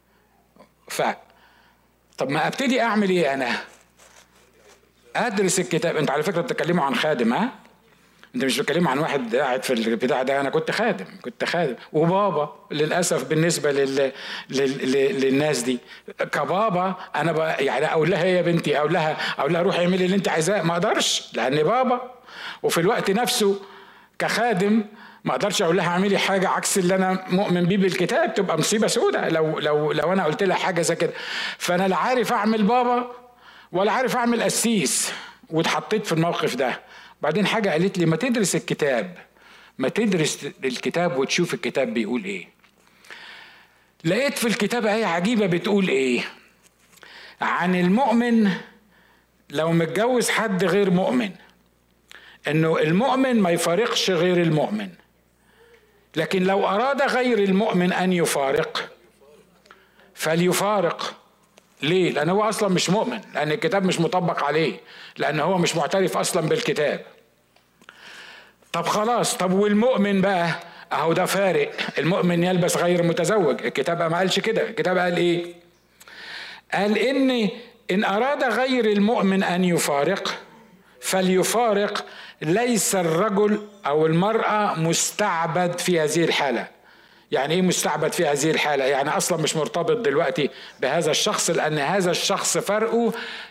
طب ما ابتدي اعمل ايه؟ انا ادرس الكتاب. انت على فكرة بتتكلموا عن خادم، ها؟ انت مش بتكلموا عن واحد قاعد في البتاع ده. انا كنت خادم وبابا للاسف بالنسبه للناس دي. كبابا انا يعني اقول لها يا بنتي، اقول لها روحي اعملي اللي انت عايزاه، ما اقدرش لاني بابا. وفي الوقت نفسه كخادم ما اقدرش اقول لها اعملي حاجه عكس اللي انا مؤمن بيه بالكتاب، تبقى مصيبه سودة لو انا قلت لها حاجه زي كده. فانا لا عارف اعمل بابا ولا عارف اعمل قسيس، واتحطيت في الموقف ده. بعدين حاجة قالت لي ما تدرس الكتاب، ما تدرس الكتاب وتشوف الكتاب بيقول ايه. لقيت في الكتاب آية عجيبة بتقول ايه عن المؤمن لو متجوز حد غير مؤمن، انه المؤمن ما يفارقش غير المؤمن، لكن لو اراد غير المؤمن ان يفارق فليفارق. ليه؟ لأنه هو أصلا مش مؤمن، لأن الكتاب مش مطبق عليه، لأنه هو مش معترف أصلا بالكتاب. طب خلاص، طب والمؤمن بقى أهو ده فارق. المؤمن يلبس غير متزوج، الكتاب ما قالش كده. الكتاب قال إيه؟ قال إن أراد غير المؤمن أن يفارق فليفارق، ليس الرجل أو المرأة مستعبد في هذه الحالة. يعني ايه مستعبد في هذه الحالة؟ يعني اصلا مش مرتبط دلوقتي بهذا الشخص، لان هذا الشخص فرقه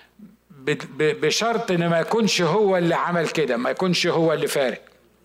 بشرط ان ما يكونش هو اللي عمل كده، ما يكونش هو اللي فارق.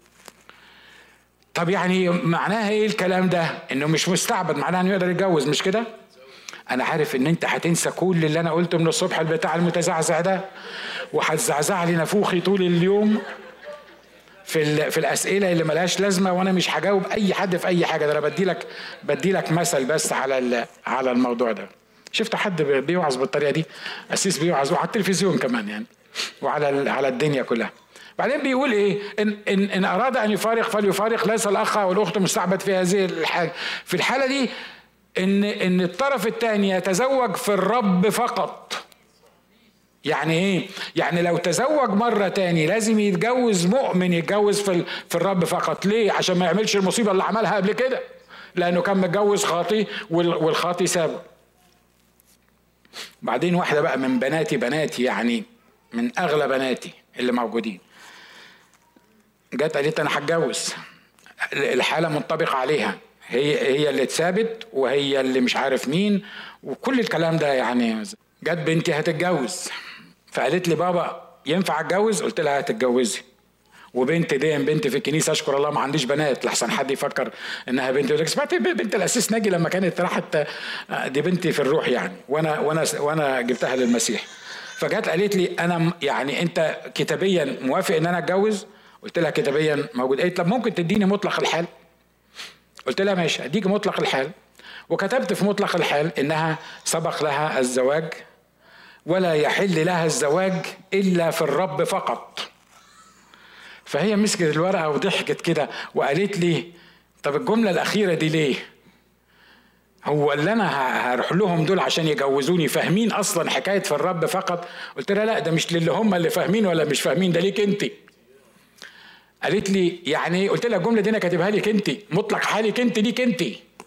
طب يعني معناها ايه الكلام ده؟ انه مش مستعبد معناها انه يقدر يتجوز، مش كده؟ انا عارف ان انت هتنسى كل اللي انا قلته من الصبح بتاع المتزعزع ده، وهتزعزع لي نافوخي طول اليوم في الاسئله اللي ملهاش لازمه، وانا مش هجاوب اي حد في اي حاجه. ده انا بدي لك مثل بس على الموضوع ده. شفت حد بيوعظ بالطريقه دي؟ قسيس بيوعظ وعلى التلفزيون كمان يعني، على الدنيا كلها. بعدين بيقول ايه؟ ان اراد ان يفارق فليفارق، ليس الاخ والاخت مستعبد في هذه الحاجه. في الحاله دي ان الطرف الثاني يتزوج في الرب فقط. يعني ايه؟ يعني لو تزوج مرة تاني لازم يتجوز مؤمن، يتجوز في الرب فقط. ليه؟ عشان ما يعملش المصيبة اللي عملها قبل كده، لانه كان متجوز خاطي والخاطي سابه. بعدين واحدة بقى من بناتي يعني من أغلى بناتي اللي موجودين جت قالت أنا هتجوز، الحالة منطبقة عليها، هي اللي اتثابت وهي اللي مش عارف مين وكل الكلام ده يعني. جت بنتي هتتجوز فقالت لي بابا ينفع اتجوز؟ قلت لها هتتجوزي، وبنت دي بنت في الكنيسه اشكر الله ما عنديش بنات لحسن حد يفكر انها بنت، يقول لك سمعت بنت الاسيس ناجي لما كانت راحت، دي بنتي في الروح يعني، وانا جبتها للمسيح. فجت قالت لي انا يعني انت كتابيا موافق ان انا اتجوز؟ قلت لها كتابيا موجود. قالت طب ممكن تديني مطلق الحال؟ قلت لها ماشي اديك مطلق الحال، وكتبت في مطلق الحال انها سبق لها الزواج ولا يحل لها الزواج الا في الرب فقط. فهي مسكت الورقه وضحكت كده وقالت لي طب الجمله الاخيره دي ليه؟ هو اللي انا هروح لهم دول عشان يجوزوني فاهمين اصلا حكايه في الرب فقط؟ قلت لها لا ده مش للي هم اللي فاهمين ولا مش فاهمين، ده ليك انت. قالت لي يعني قلت لها الجمله دي انا كاتبها لك انت، مطلق حالك انت، ليك انت،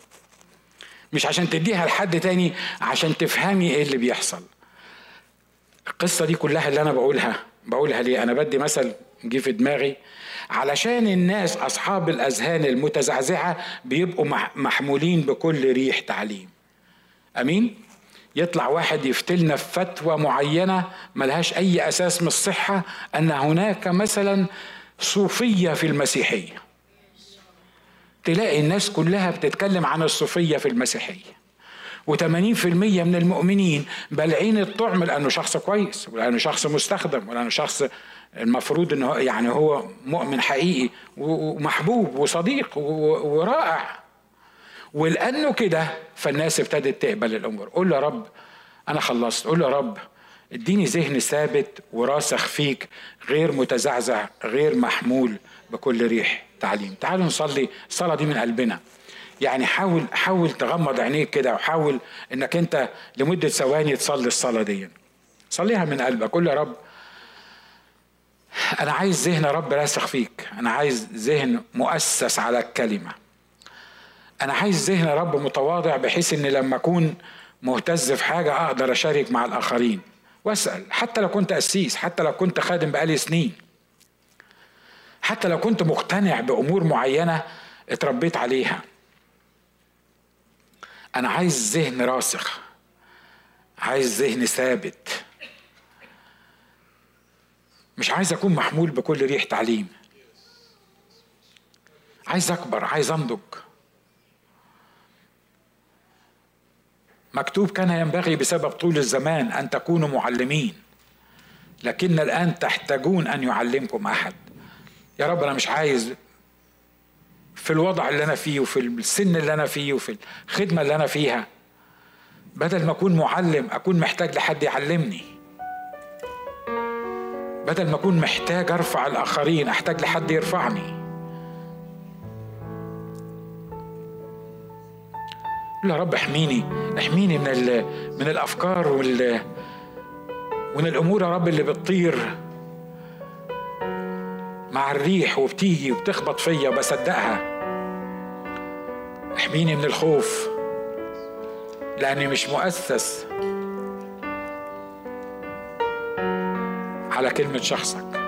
مش عشان تديها لحد تاني، عشان تفهمي ايه اللي بيحصل. القصه دي كلها اللي انا بقولها ليه؟ انا بدي مثل جه في دماغي علشان الناس اصحاب الاذهان المتزعزعه بيبقوا محمولين بكل ريح تعليم. امين. يطلع واحد يفتلنا في فتوى معينه ملهاش اي اساس من الصحه، ان هناك مثلا صوفيه في المسيحيه، تلاقي الناس كلها بتتكلم عن الصوفيه في المسيحيه، و80% من المؤمنين بلعين الطعم لانه شخص كويس ولانه شخص مستخدم ولانه شخص المفروض انه يعني هو مؤمن حقيقي ومحبوب وصديق ورائع، ولانه كده فالناس ابتدت تقبل الامور. قول له يا رب انا خلصت، قول له يا رب اديني ذهن ثابت وراسخ فيك، غير متزعزع، غير محمول بكل ريح تعليم. تعالوا نصلي الصلاه دي من قلبنا. يعني حاول تغمض عينيك كده وحاول انك انت لمده ثواني تصلي الصلاه دي، صليها من قلبك. قول يا رب انا عايز ذهن يا رب راسخ فيك، انا عايز ذهن مؤسس على الكلمه، انا عايز ذهن يا رب متواضع بحيث ان لما اكون مهتز في حاجه اقدر اشارك مع الاخرين واسال، حتى لو كنت قسيس، حتى لو كنت خادم بقالي سنين، حتى لو كنت مقتنع بامور معينه اتربيت عليها. انا عايز ذهن راسخ، عايز ذهن ثابت، مش عايز اكون محمول بكل ريح تعليم، عايز اكبر، عايز انضج. مكتوب كان ينبغي بسبب طول الزمان ان تكونوا معلمين، لكن الان تحتاجون ان يعلمكم احد. يا رب انا مش عايز في الوضع اللي انا فيه وفي السن اللي انا فيه وفي الخدمه اللي انا فيها بدل ما اكون معلم اكون محتاج لحد يعلمني، بدل ما اكون محتاج ارفع الاخرين احتاج لحد يرفعني. يا رب احميني من الافكار ومن الامور يا رب اللي بتطير مع الريح وبتيجي وبتخبط فيا وبصدقها. احميني من الخوف لاني مش مؤسس على كلمة شخصك.